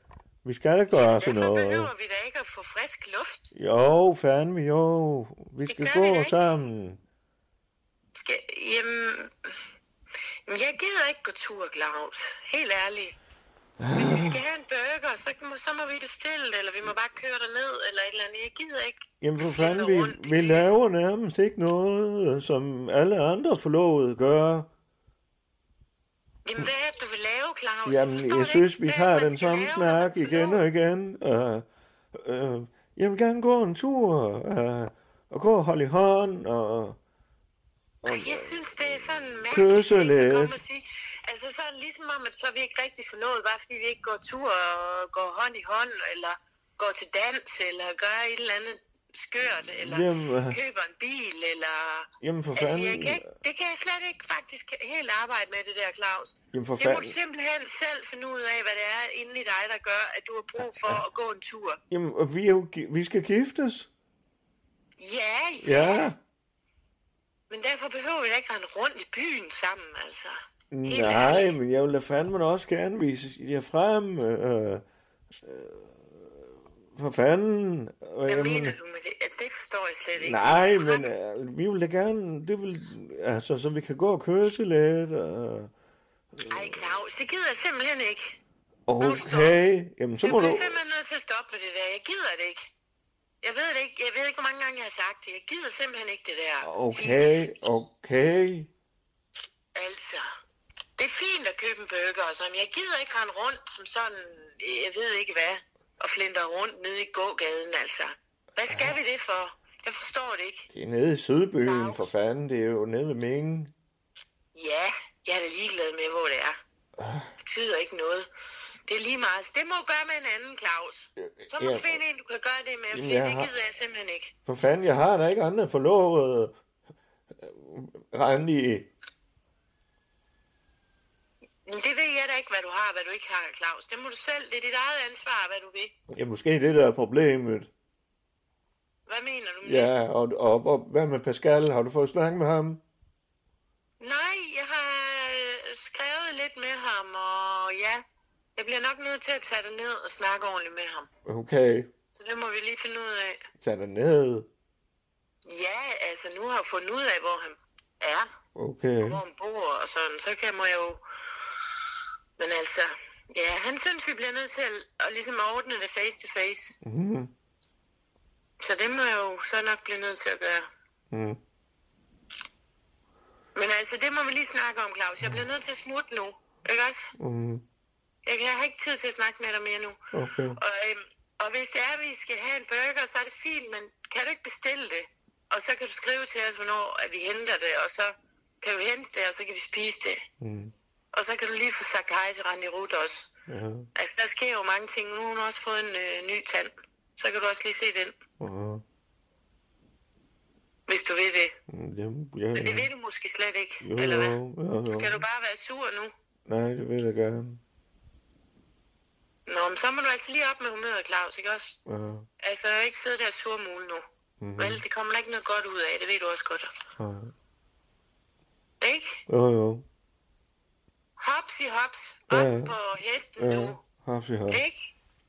Vi skal da gøre sådan Derfor noget. behøver vi da ikke at få frisk luft. Jo, fandme jo. Vi skal gør gå vi da ikke. sammen. Skal, jamen, jamen, jeg gider ikke gå tur, Claus. Helt ærligt. Hvis vi skal have en burger, så må, så må vi bestille det, eller vi må bare køre derned, eller et eller andet. Jeg gider ikke. Jamen for fanden, vi, vi laver nærmest ikke noget, som alle andre forlovede gør. Jamen, hvad er det, du vil lave, Claus? Jamen, jeg synes, vi har den samme snak igen og igen. Uh, uh, jeg vil gerne gå en tur, uh, og gå og holde i hånd, og... og jeg synes, det er sådan en kysse mærkelig ting at lidt. komme og sige. Altså, så er det ligesom om, at så er vi ikke rigtig forlovet, bare fordi vi ikke går tur og går hånd i hånd, eller går til dans, eller gør et eller andet skørt, eller Jamen, uh, køber en bil, eller... Jamen for Altså, fanden... jeg kan ikke, det kan jeg slet ikke faktisk helt arbejde med, det der, Claus. Jamen for Det må du fanden... simpelthen selv finde ud af, hvad det er inde i dig, der gør, at du har brug for at gå en tur. Jamen, og vi, er jo, gi- vi skal giftes. Ja, Ja. men derfor behøver vi da ikke rende rundt i byen sammen, altså. Helt Nej, ærligt. men jeg vil da fandme da også gerne vise jer frem. Øh, øh, for fanden. Og Hvad jamen, mener du med det? Altså, det forstår jeg slet ikke. nej, men øh, vi vil da gerne, det vil, altså, så vi kan gå og kysse lidt. Og, Ej, Claus, det gider jeg simpelthen ikke. okay, jamen så Jeg må bliver du, simpelthen nødt til at stoppe med det der. Jeg gider det ikke. Jeg ved det ikke. Jeg ved ikke, hvor mange gange jeg har sagt det. Jeg gider simpelthen ikke det der. okay, okay. Altså, det er fint at købe en burger og sådan. Jeg gider ikke rende rundt som sådan, jeg ved ikke hvad, og flinter rundt nede i gågaden, altså. Hvad skal vi det for? Jeg forstår det ikke. Det er nede i Sydbyen, for fanden, det er jo nede ved Mingen. Ja, jeg er da ligeglad med, hvor det er. Det betyder ikke noget. Det er lige meget. Det må du gøre med en anden, Claus. Så må Ja. du finde en, du kan gøre det med, for Jamen, jeg det har- gider jeg simpelthen ikke. For fanden, jeg har da ikke andre forlovede Randi. Men det ved jeg da ikke, hvad du har, hvad du ikke har, Claus. Det må du selv. Det er dit eget ansvar, hvad du vil. Ja, måske det der er problemet. Hvad mener du med Ja, og, og, og hvad med Pascal? Har du fået snakket med ham? Nej, jeg har øh, skrevet lidt med ham, og ja, jeg bliver nok nødt til at tage det ned og snakke ordentligt med ham. Okay, Så det må vi lige finde ud af. tag dig ned. Ja, altså nu har jeg fundet ud af, hvor han er, Okay, og hvor han bor og sådan, så kan må jeg jo... Men altså, ja, han synes, vi bliver nødt til at, at ligesom ordne det face to face. mm. Så det må jeg jo så nok blive nødt til at gøre. Mm. Men altså, det må vi lige snakke om, Claus. Jeg bliver nødt til at smutte nu, ikke også? Mm. Jeg, jeg har ikke tid til at snakke med dig mere nu. Okay. Og, øhm, og hvis det er, at vi skal have en burger, så er det fint, men kan du ikke bestille det? Og så kan du skrive til os, hvornår at vi henter det, og så kan vi hente det, og så kan vi spise det. Mm. Og så kan du lige få sagt hej til Randi Ruth også. Ja. Altså, der sker jo mange ting. Nu har hun også fået en øh, ny tand. Så kan du også lige se den, Uh-huh. hvis du vil det. Mm, jamen, ja, Men det ja. vil du måske slet ikke, Jo, eller hvad? jo, jo. Skal du bare være sur nu? Nej, det vil jeg gerne. Nå, men så må du altså lige op med humøret, Claus, ikke også? Ja. Altså, ikke sidde der surmule nu. Mhm. Vel, det kommer der ikke noget godt ud af, det ved du også godt. Ja. Ikke? Jo, jo. Hops i hops, Ja, op ja. på hesten, Ja, du. hopsi hop. Ikke?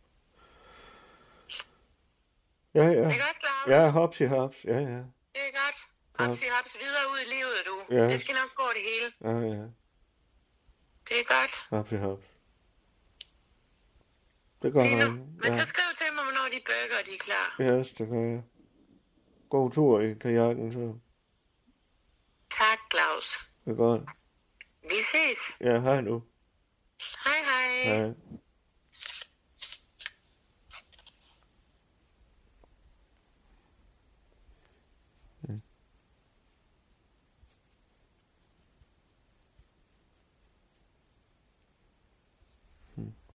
Ja, ja. Ikke også, Claus? Ja, hopsi hops. Ja, ja. Det er godt. Hops i hops, videre ud i livet, du. Ja. Det skal nok gå det hele. Ja, ja. Det er godt. Hopsi hops. Det går Fino. han. Men Ja. så skriv til mig, hvornår de burger de er klar. Yes, det gør jeg. God tur i kajakken, så. Tak, Claus. Det er godt. Vi ses. Ja, hej nu. Hej, hej. Hej.